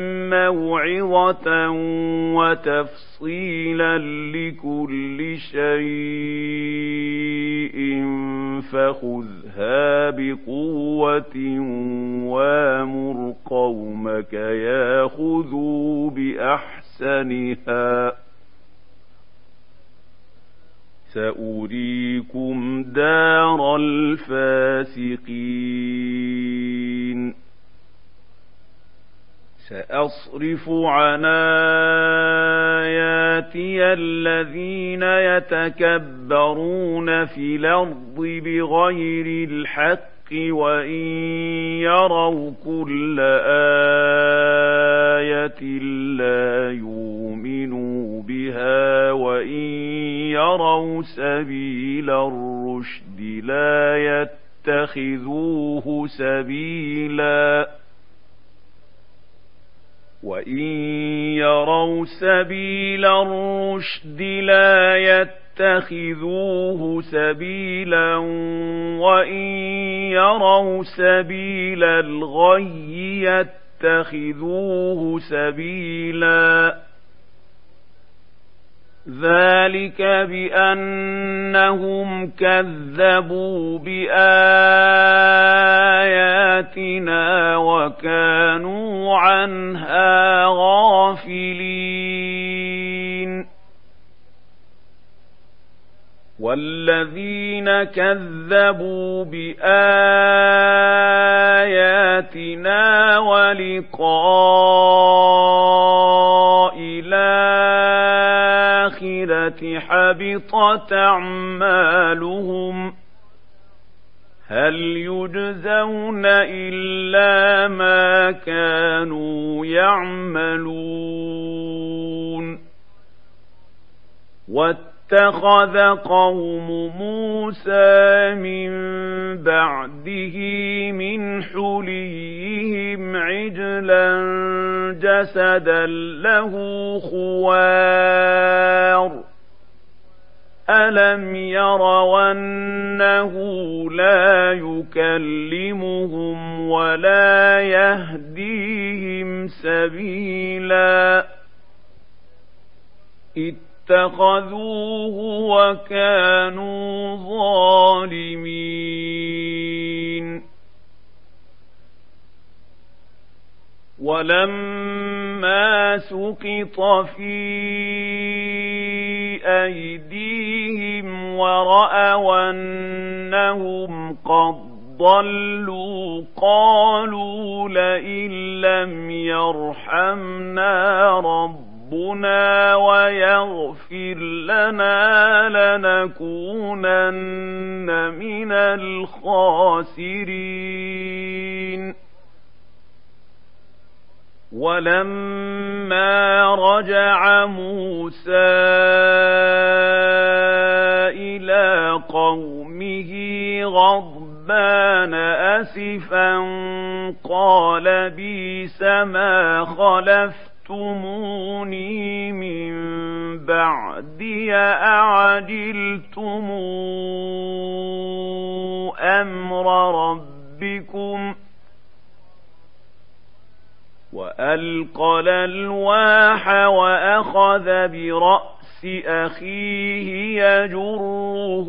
موعظة وتفصيلا لكل شيء فخذها بقوة وامر قومك ياخذوا بأحسنها سأريكم دار الفاسقين سأصرف عن آياتي الذين يتكبرون في الأرض بغير الحق وإن يروا كل آية لا يؤمنوا بها وإن يروا سبيل الرشد لا يتخذوه سبيلا وإن يروا سبيل الرشد لا يتخذوه سبيلا وإن يروا سبيل الغي يتخذوه سبيلا ذلك بأنهم كذبوا بآياتنا وكانوا عنها غافلين والذين كذبوا بآياتنا ولقاء الآخرة حبطت أعمالهم هل يجزون إلا ما كانوا يعملون واتخذ قوم موسى من بعده من حليهم عجلا جسدا له خوار ألم يروا أنه لا يكلمهم ولا يهديهم سبيلا اتخذوه وكانوا ظالمين ولما سقط في أيديهم ورأوا أنهم قد ضلوا قالوا لئن لم يرحمنا ربنا ويغفر لنا لنكونن من الخاسرين ولما رجع موسى إلى قومه غضبان أسفا قال بئس ما خلفتموني من بعدي أعجلتم أمر ربكم وألقى الألواح وأخذ برأس أخيه يجره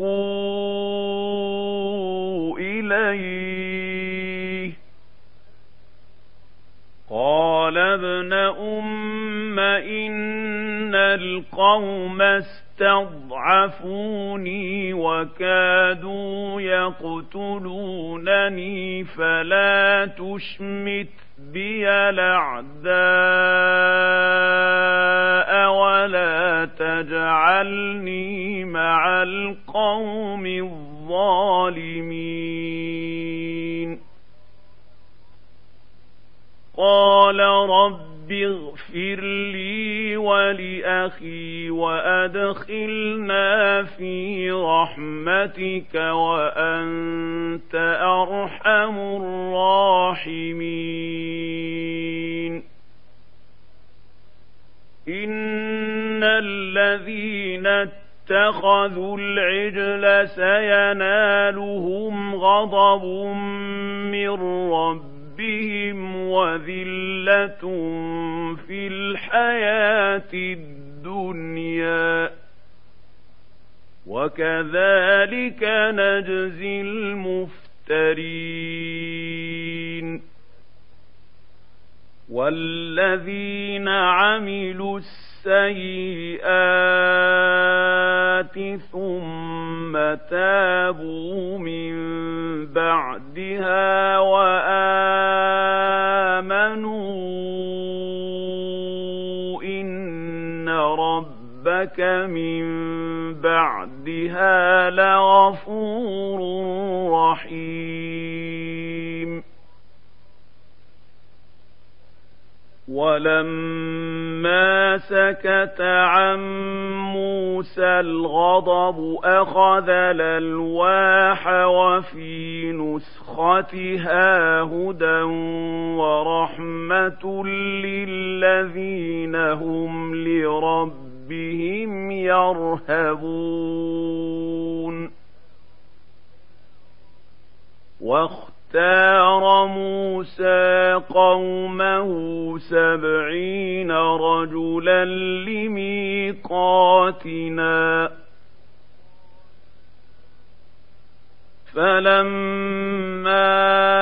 إليه قال ابن أم إن القوم استضعفوني وكادوا يقتلونني فلا تشمت بي الأعداء ولا تجعلني مع القوم الظالمين قال رب اغفر لي ولأخي وأدخلنا في رحمتك وأنت أرحم الراحمين إن الذين اتخذوا العجل سينالهم غضب من ربهم وذلة في الحياة الدنيا وكذلك نجزي المفترين والذين عملوا السيئات ثم تابوا من بعدها وآمنوا إن ربك من بعدها لغفور رحيم ولما فلما سكت عن موسى الغضب أخذ الألواح وفي نسختها هدى ورحمة للذين هم لربهم يرهبون. واختار موسى قومه 70 رجلا لميقاتنا فلما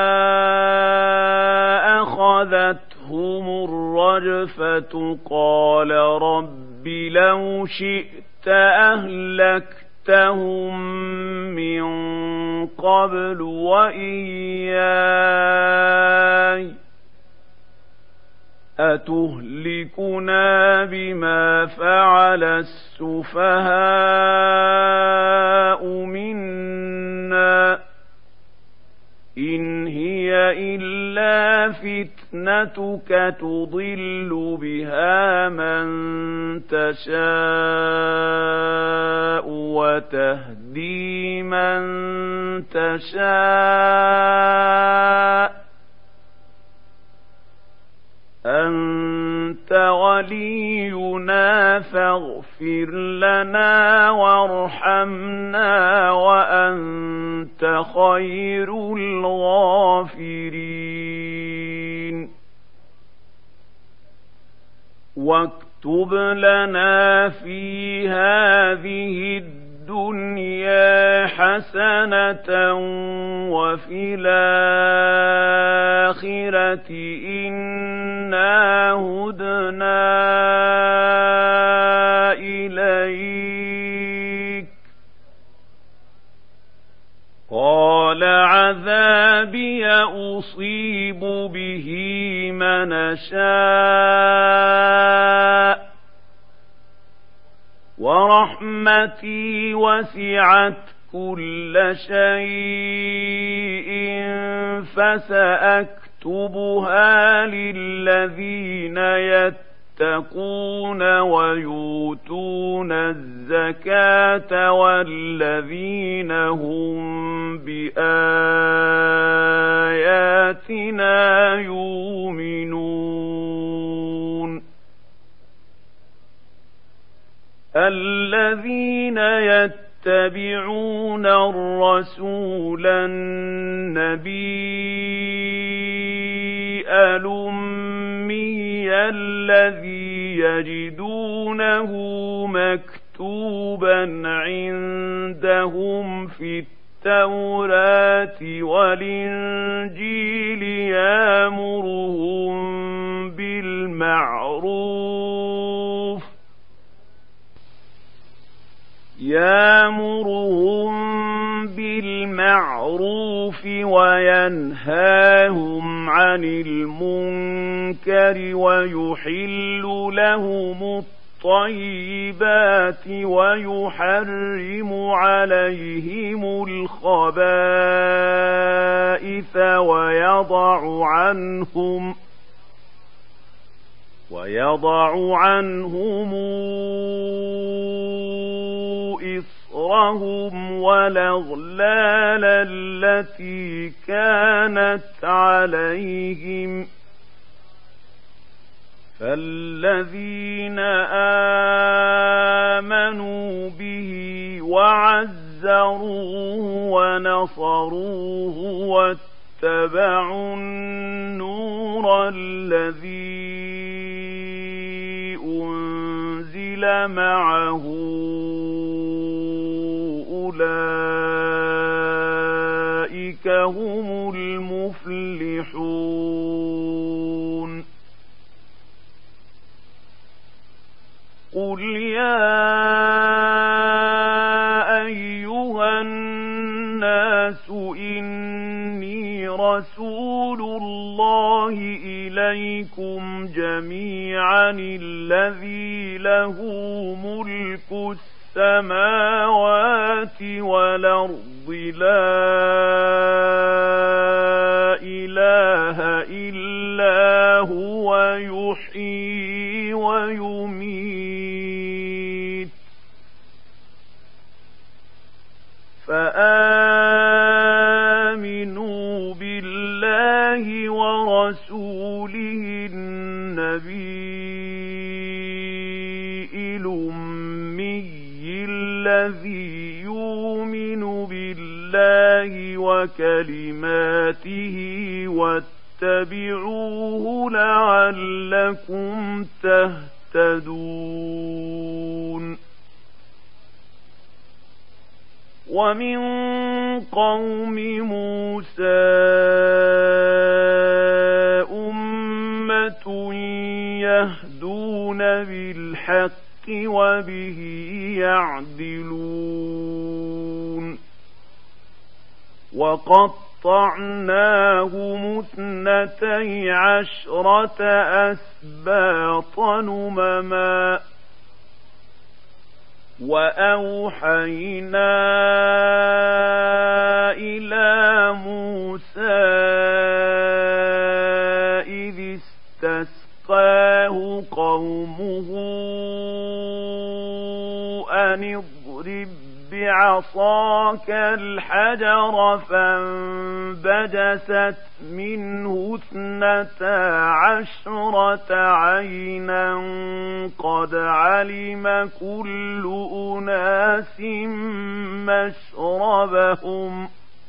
أخذتهم الرجفة قال رب لو شئت أهلكتهم من قبل وإياي أتهلكنا بما فعل السفهاء منا إن هي إلا فتنتك تضل بها من تشاء وتهدي من تشاء أنت ولينا فاغفر لنا وارحمنا وأنت خير الغافرين. واكتب لنا في هذه الدنيا حسنة وفي الآخرة إنا هدنا إليك. قال عذابي أصيب به من شاء ورحمتي وسعت كل شيء فسأكتبها للذين يتقون ويؤتون الزكاة والذين هم بآياتنا يؤمنون. الذين يتبعون الرسول النبي الأمي الذي يجدونه مكتوبا عندهم في التوراة والإنجيل يأمرهم بالمعروف وينهاهم عن المنكر ويحل لهم الطيبات ويحرم عليهم الخبائث ويضع عنهم إصرهم والأغلال التي كانت عليهم. فالذين آمنوا به وعزروه ونصروه واتبعوا النور الذي أنزل معه أولئك هم المفلحون. قل يا أيها الناس إني رسول الله إليكم جميعا الذي له ملك السماوات والأرض لا إله إلا هو يحيي ويميت بالله ورسوله النبي الأمي الذي يؤمن بالله وكلماته واتبعوه لعلكم تهتدون. ومن قوم موسى أمة يهدون بالحق وبه يعدلون. وقطعناهم 12 أسباطا أمما وأوحينا إلى موسى إذ استسقاه قومه أن اضرب بعصاك الحجر فانبجست منه 12 عينا قد علم كل أناس مشربهم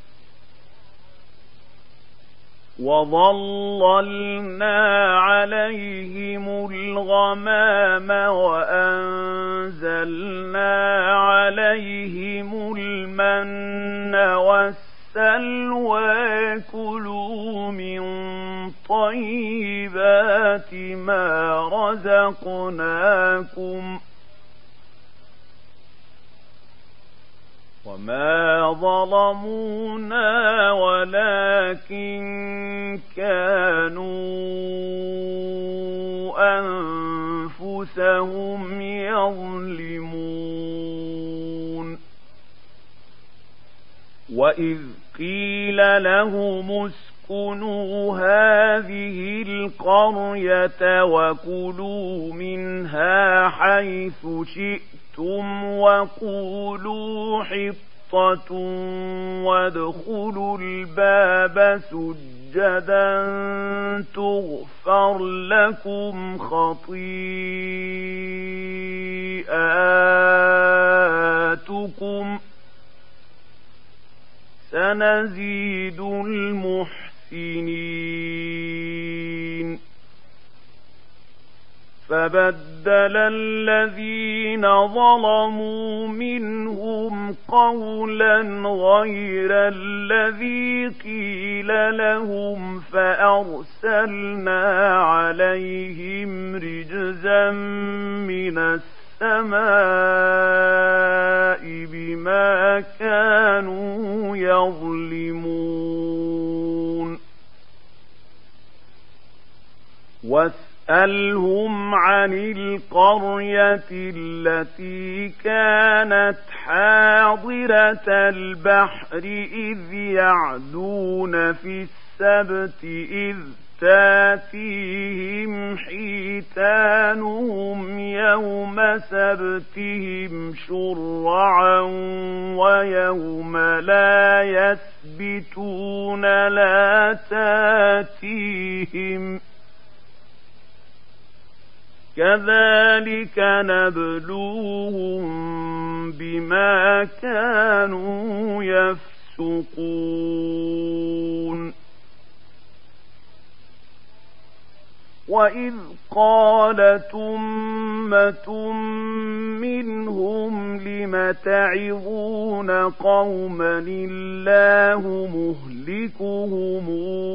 وظللنا عليهم الغمام وأنزلنا عليهم المن والسلوى كلوا من طيبات ما رزقناكم وما ظلمونا ولكن كانوا أنفسهم يظلمون. وإذ قيل لهم اسكنوا هذه القرية وكلوا منها حيث شئتم وقولوا حطة وادخلوا الباب سجدا تغفر لكم خطيئاتكم سنزيد المحسنين. فبدل الذين ظلموا منهم قولا غير الذي قيل لهم فأرسلنا عليهم رجزا من السماء بما كانوا يظلمون. واسألهم عن القرية التي كانت حاضرة البحر إذ يعدون في السبت إذ تاتيهم حيتانهم يوم سبتهم شرعا ويوم لا يسبتون لا تاتيهم كذلك نبلوهم بما كانوا يفسقون. وإذ قالت أمة منهم لم تعظون قوما الله مهلكهم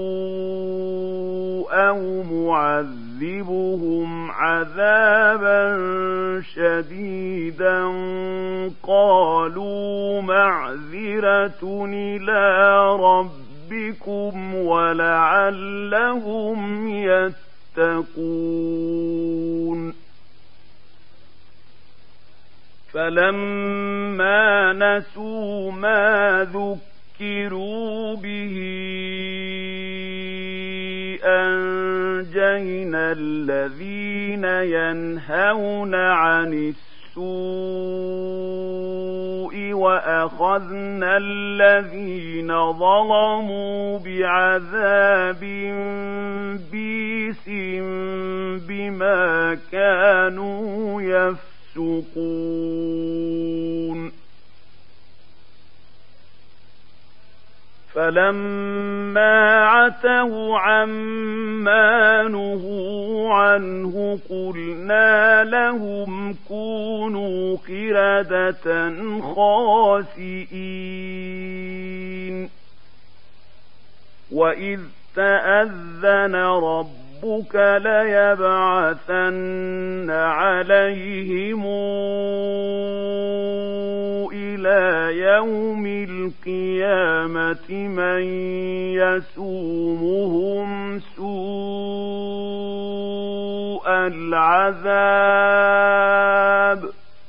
أو معذبهم عذابا شديدا قالوا معذرة إلى ربكم ولعلهم يتقون. فلما نسوا ما ذكروا به أنجينا الذين ينهون عن السوء وأخذنا الذين ظلموا بعذاب بئيس بما كانوا يفسقون فلما عتوا عما نهوا عنه قلنا لهم كونوا قردة خاسئين وإذ تأذن ربك ليبعثن عليهم إلى يوم القيامة من يسومهم سوء العذاب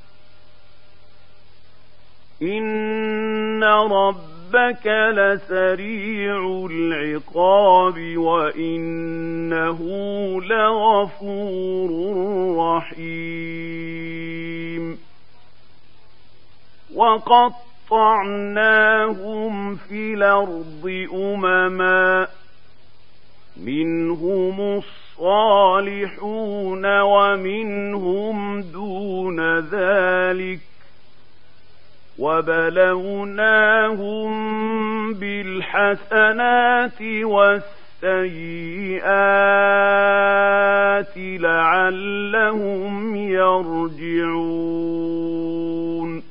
إن ربك لسريع العقاب وإنه لغفور رحيم وقطعناهم في الأرض أمما منهم الصالحون ومنهم دون ذلك وبلوناهم بالحسنات والسيئات لعلهم يرجعون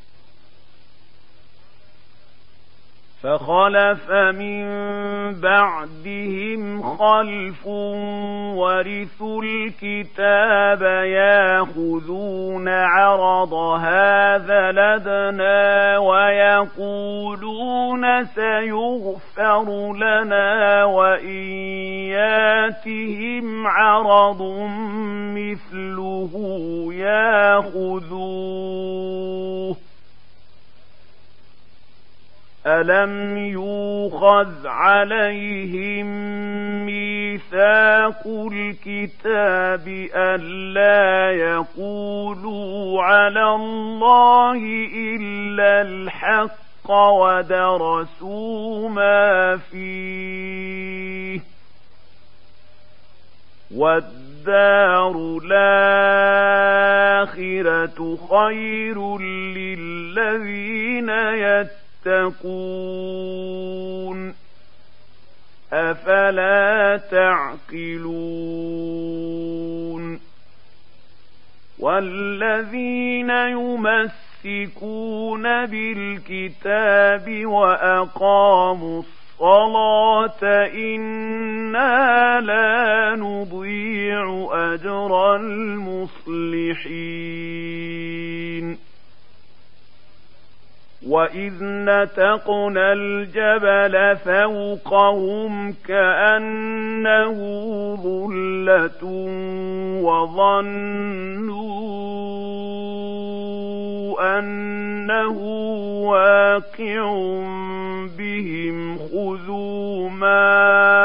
فخلف من بعدهم خلف ورثوا الكتاب ياخذون عرض هذا لدنا ويقولون سيغفر لنا وإن ياتهم عرض مثله ياخذوه ألم يؤخذ عليهم ميثاق الكتاب ألا يقولوا على الله إلا الحق ودرسوا ما فيه والدار الآخرة خير للذين يتقون أفلا تعقلون والذين يمسكون بالكتاب وأقاموا الصلاة إنا لا نضيع أجر المصلحين وإذ نتقنا الجبل فوقهم كأنه ظلة وظنوا أنه واقع بهم خذوا ما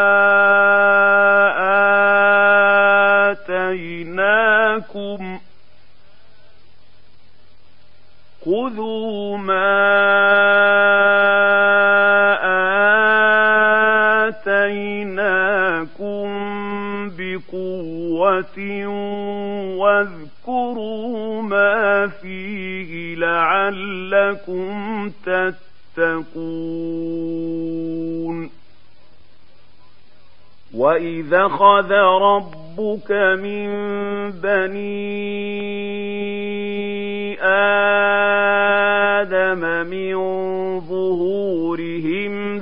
آتيناكم بقوة واذكروا ما فيه لعلكم تتقون وإذا أخذ ربك من بني آدم من ظهورهم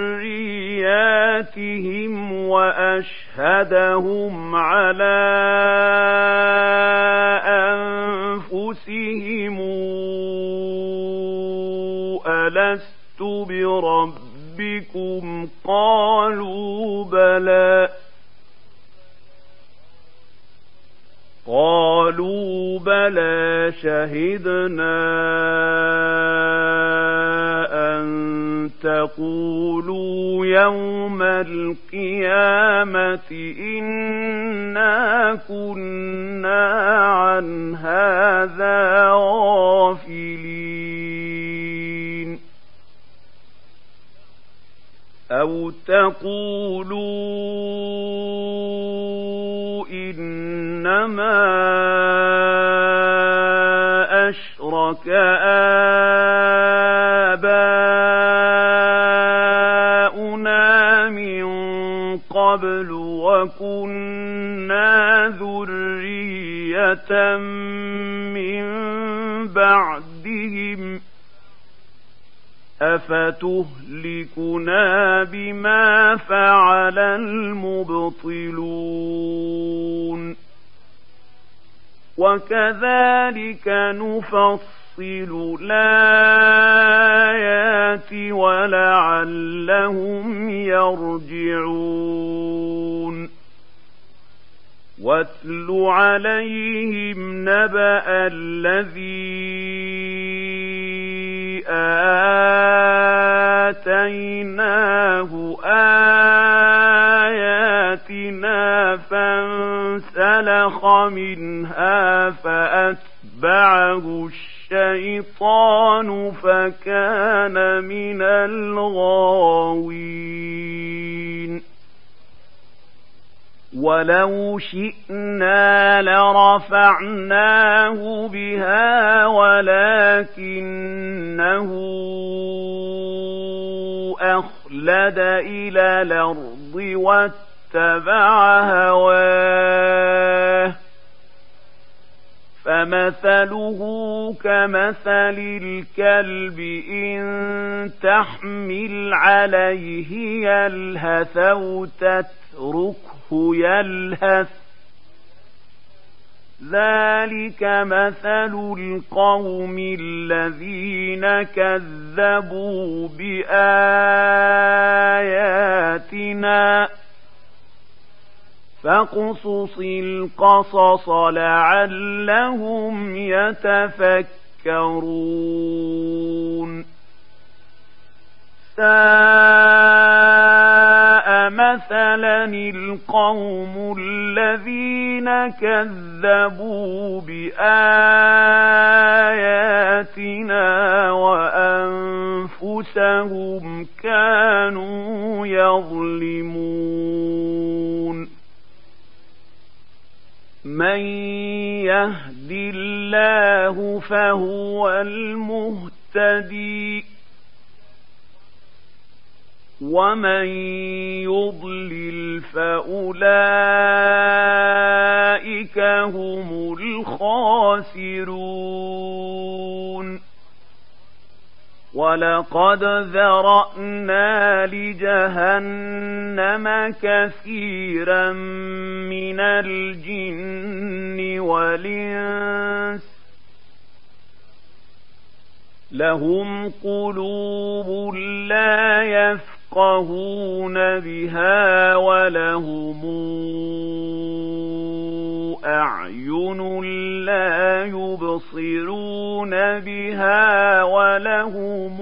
ذرياتهم وأشهدهم على أنفسهم ألست بربكم قالوا بلى شهدنا أن تقولوا يوم القيامة إنا كنا عن هذا غافلين أَوْ تَقُولُوا إِنَّمَا أَشْرَكَ آبَاؤُنَا مِن قَبْلُ وَكُنَّا ذُرِّيَّةً مِّن بَعْدِهِمْ أَفَتُهْلِكُنَا بِمَا فَعَلَ الْمُبْطِلُونَ وَكَذَلِكَ نُفَصِّلُ الْآيَاتِ وَلَعَلَّهُمْ يَرْجِعُونَ وَاتْلُ عَلَيْهِمْ نَبَأَ الَّذِي آتَيْنَاهُ آيَاتِنَا فَانسَلَخَ مِنْهَا فَأَتْبَعَهُ الشَّيْطَانُ فَكَانَ مِنَ الْغَاوِينَ وَلَوْ شِئْنَا لَرَفَعْنَاهُ بِهَا وَلَكِنَّهُ أَخْلَدَ إِلَى الْأَرْضِ وَاتَّبَعَ هَوَاهُ فَمَثَلُهُ كَمَثَلِ الْكَلْبِ إِن تَحْمِلْ عَلَيْهِ يَلْهَثْ أَوْ تَتْرُكْهُ يلهث ذلك مثل القوم الذين كذبوا بآياتنا فاقصص القصص لعلهم يتفكرون ساء مثلا القوم الذين كذبوا بآياتنا وأنفسهم كانوا يظلمون من يهد الله فهو المهتدي ومن يضلل فأولئك هم الخاسرون ولقد ذرأنا لجهنم كثيرا من الجن والإنس لهم قلوب لا يفقهون بها ولهم أعين لا يبصرون بها ولهم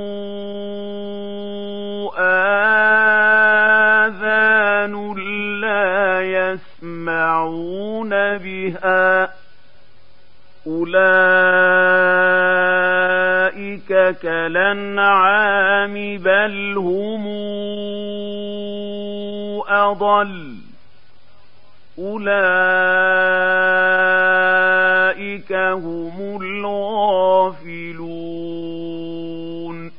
آذان لا يسمعون بها أولئك كالأنعام بل هم أضل أولئك هم الغافلون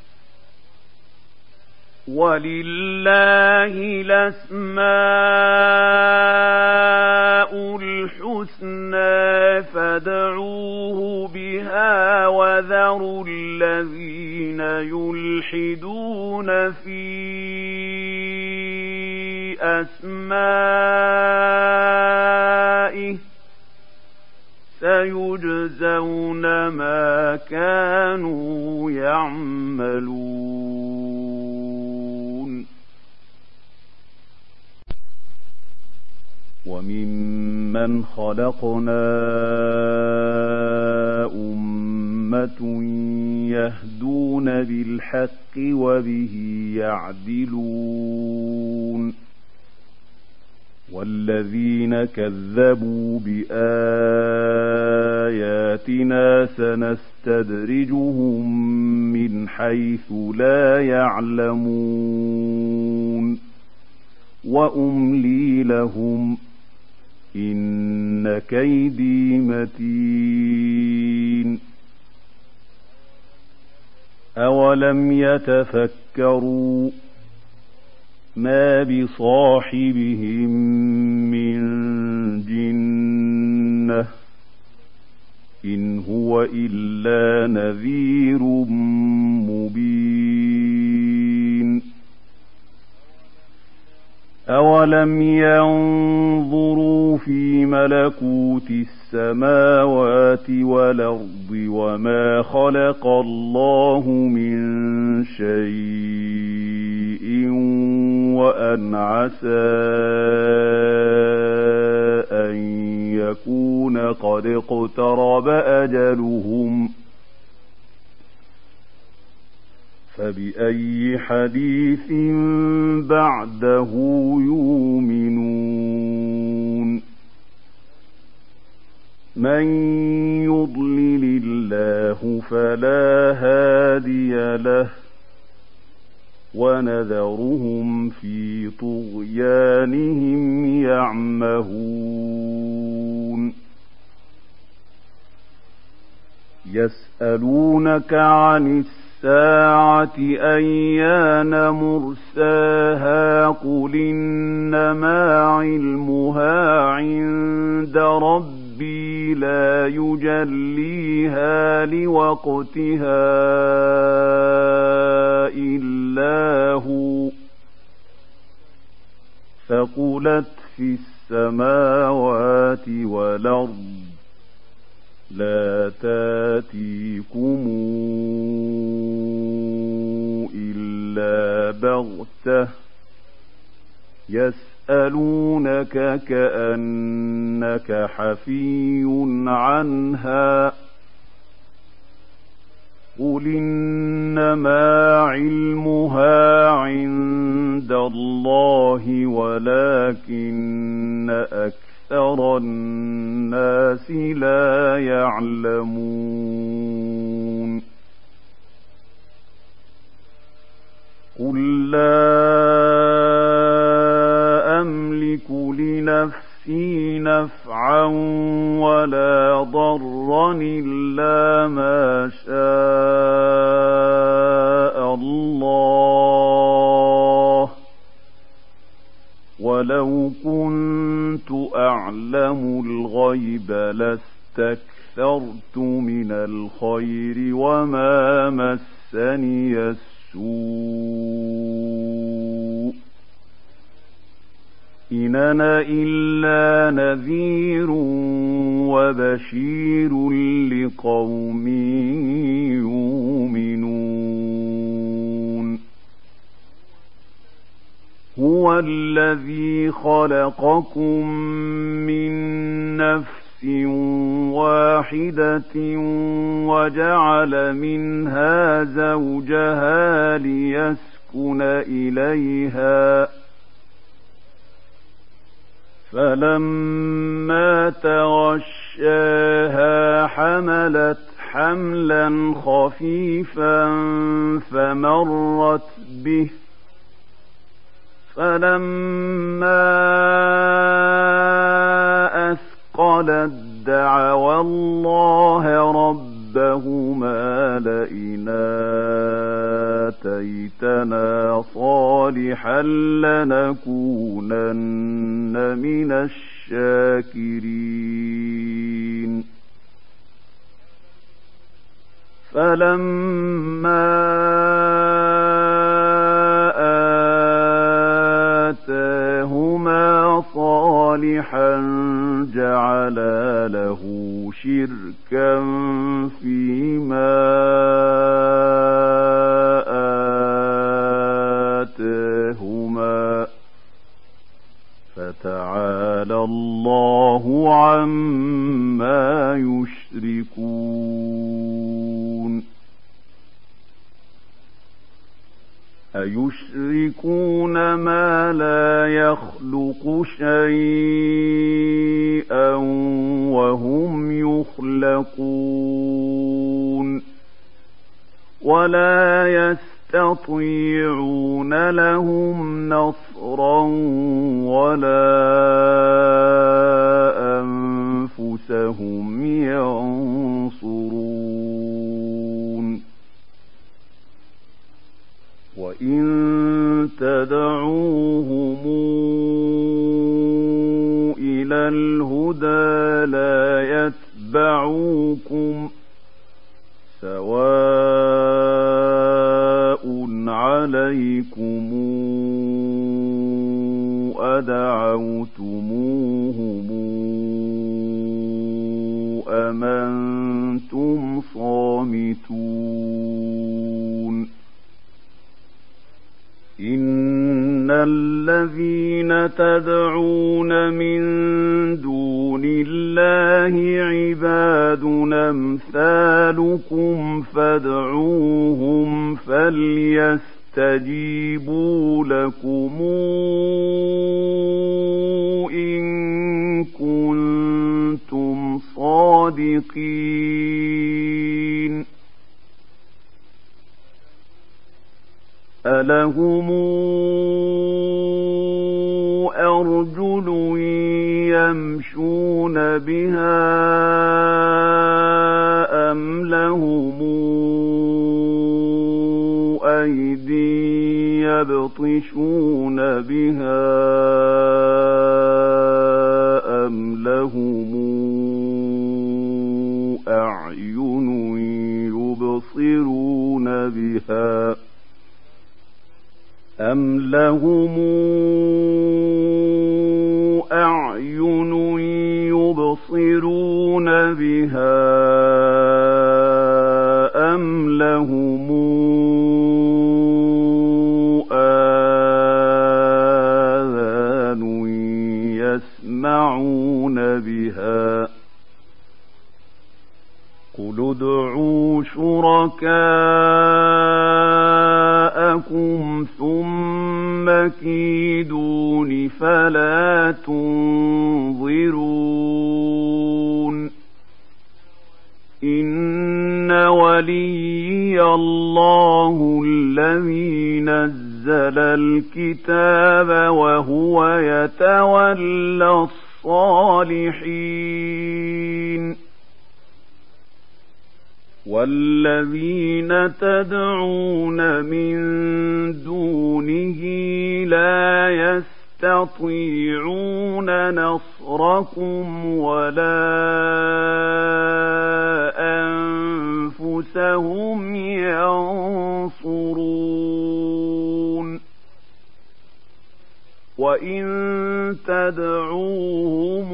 ولله الأسماء الحسنى فادعوه بها وذروا الذين يلحدون في أسمائه سيجزون ما كانوا يعملون وممن خلقنا أمة يهدون بالحق وبه يعدلون والذين كذبوا بآياتنا آيَاتِنَا سَنَسْتَدْرِجُهُم مِّنْ حَيْثُ لَا يَعْلَمُونَ وَأُمْلِي لَهُمْ إِنَّ كَيْدِي مَتِينٌ أَوَلَمْ يَتَفَكَّرُوا مَا بِصَاحِبِهِم مِّن جِنَّةٍ إِنْ هُوَ إِلَّا نَذِيرٌ مُّبِينٌ أَوَلَمْ يَنظُرُوا فِي مَلَكُوتِ السَّمَاوَاتِ وَالْأَرْضِ وَمَا خَلَقَ اللَّهُ مِن شَيْءٍ وَأَنْ عَسَىٰ أَن يَكُونَ قَدِ اقْتَرَبَ أَجَلُهُمْ فَبِأَيِّ حَدِيثٍ بَعْدَهُ يُؤْمِنُونَ مَن يُضْلِلِ اللَّهُ فَلَا هَادِيَ لَهُ وَنَذَرُهُمْ فِي طُغْيَانِهِمْ يَعْمَهُونَ يَسْأَلُونَكَ عَنِ السَّاعَةِ أَيَّانَ مُرْسَاهَا قُلْ إِنَّمَا عِلْمُهَا عِندَ رَبِّي لَا يُجَلِّيهَا لِوَقْتِهَا إِلَّا هُوَ ثَقُلَتْ فِي السَّمَاوَاتِ وَالْأَرْضِ لَا تَأْتِيكُمْ إِلَّا بَغْتَةً يَسْأَلُونَكَ كَأَنَّكَ حَفِيٌّ عَنْهَا قُلْ إِنَّمَا عِلْمُهَا عِندَ اللَّهِ وَلَكِنَّ أَكْثَرَ النَّاسِ لَا يَعْلَمُونَ قُل لَّا أَمْلِكُ لِنَفْسِي نَفْعًا وَلَا ضَرًّا إِلَّا مَا شَاءَ اللَّهُ وَلَوْ كُنتُ أَعْلَمُ الْغَيْبَ لَاسْتَكْثَرْتُ مِنَ الْخَيْرِ وَمَا مَسَّنِيَ السُّوءُ إِنْ أَنَا إِلَّا نَذِيرٌ وَبَشِيرٌ لِقَوْمٍ يُؤْمِنُونَ هُوَ الَّذِي خَلَقَكُم مِّن نَّفْسٍ وَاحِدَةٍ وَجَعَلَ مِنْهَا زَوْجَهَا لِيَسْكُنَ إِلَيْهَا فَلَمَّا تَغَشَّاهَا حَمَلَتْ حَمْلًا خَفِيفًا فَمَرَّتْ بِهِ فَلَمَّا أَثْقَلَتْ دَعَوَا اللَّهَ رَبَّهُمَا لَئِنْ آتَيْتَنَا صَالِحًا لَّنَكُونَنَّ مِنَ الشَّاكِرِينَ فَلَمَّا آتَاهُمَا صَالِحًا جَعَلَا لَهُ شِرْكًا فِيمَا آتَاهُمَا فَتَعَالَى اللَّهُ عَمَّا يُشْرِكُونَ أَيُشْرِكُونَ مَا لَا يَخْلُقُ شَيْئًا وَهُمْ يُخْلَقُونَ يخلقون ولا يستطيعون لهم نصرا ولا أنفسهم ينصرون وإن تدعوهم إلى الهدى لا يتبعوكم سواء عليكم أدعوتموهم أم أنتم صامتون إن الذين تدعون من دون الله عباد أمثالكم فادعوهم فليستجيبوا لكم إن كنتم صادقين ألهم أرجل يمشون بها أم لهم أيدي يبطشون بها أم لهم أعين يبصرون بها أم لهم أعين يبصرون بها أم لهم آذان يسمعون بها قل ادعوا شركاءكم ثم كيدون فلا تنظرون إن وليي الله الذي نزل الكتاب وهو يتولى الصالحين والذين تدعون من دونه لا يستطيعون نصركم ولا أنفسهم ينصرون وإن تدعوهم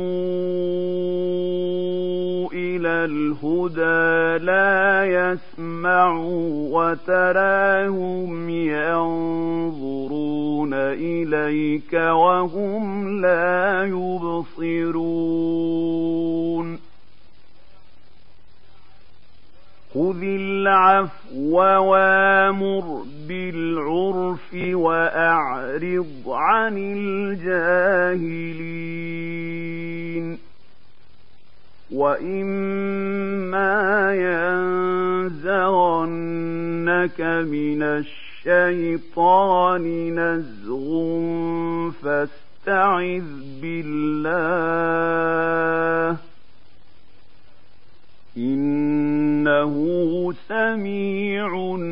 إلى الهدى لا يسمعوا وتراهم ينظرون إليك وهم لا يبصرون خذ العفو وامر بالعرف وأعرض عن الجاهلين وإما ينزغنك من الشيطان نزغ فاستعذ بالله إنه سميع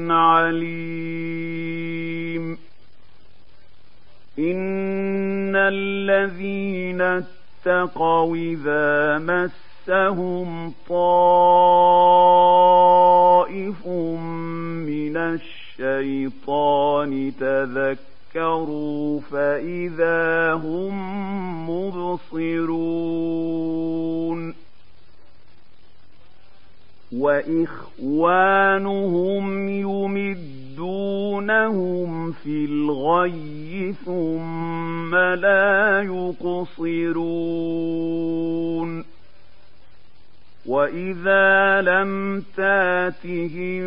عليم إن الذين اتقوا إذا مسهم طائف من الشيطان تذكروا فإذا هم مبصرون وإخوانهم يمدونهم في الغي ثم لا يقصرون وإذا لم تاتهم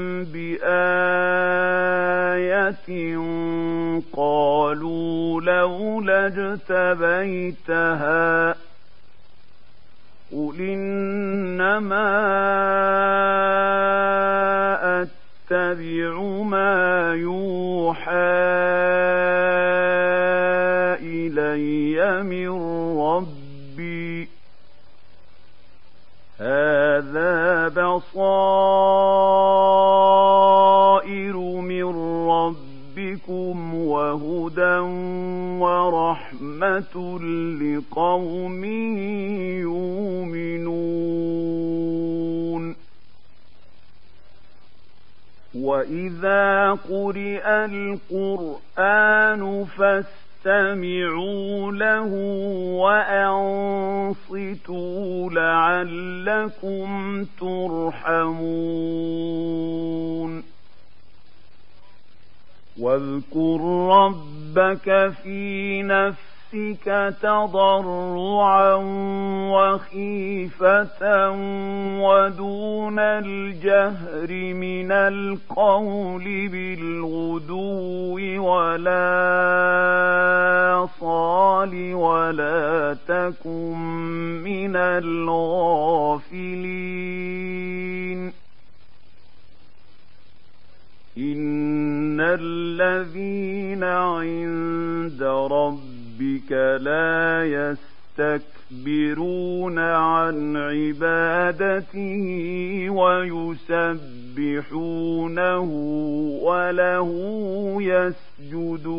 بآية قالوا لولا اجتبيتها قُلْ إِنَّمَا أَتَّبِعُ مَا يُوحَىٰ إِلَيَّ مِن رَّبِّي هَٰذَا بَصَائِرُ مِن رَّبِّكُمْ وَهُدًى وَرَحْمَةٌ لِّقَوْمٍ يُؤْمِنُونَ وَإِذَا قُرِئَ الْقُرْآنُ فَاسْتَمِعُوا لَهُ وَأَنصِتُوا لَعَلَّكُمْ تُرْحَمُونَ وَاذْكُر رَّبَّكَ فِي نَفْسِكَ تَضَرُّعًا وَخِيفَةً وَدُونَ الْجَهْرِ مِنَ الْقَوْلِ بِالْغُدُوِّ وَالْآصَالِ وَلَا تَكُن مِّنَ الْغَافِلِينَ إِنَّ الَّذِينَ عِندَ رَبِّكَ لَا يَسْتَكْبِرُونَ عَنْ عِبَادَتِهِ وَيُسَبِّحُونَهُ وَلَهُ يَسْجُدُونَ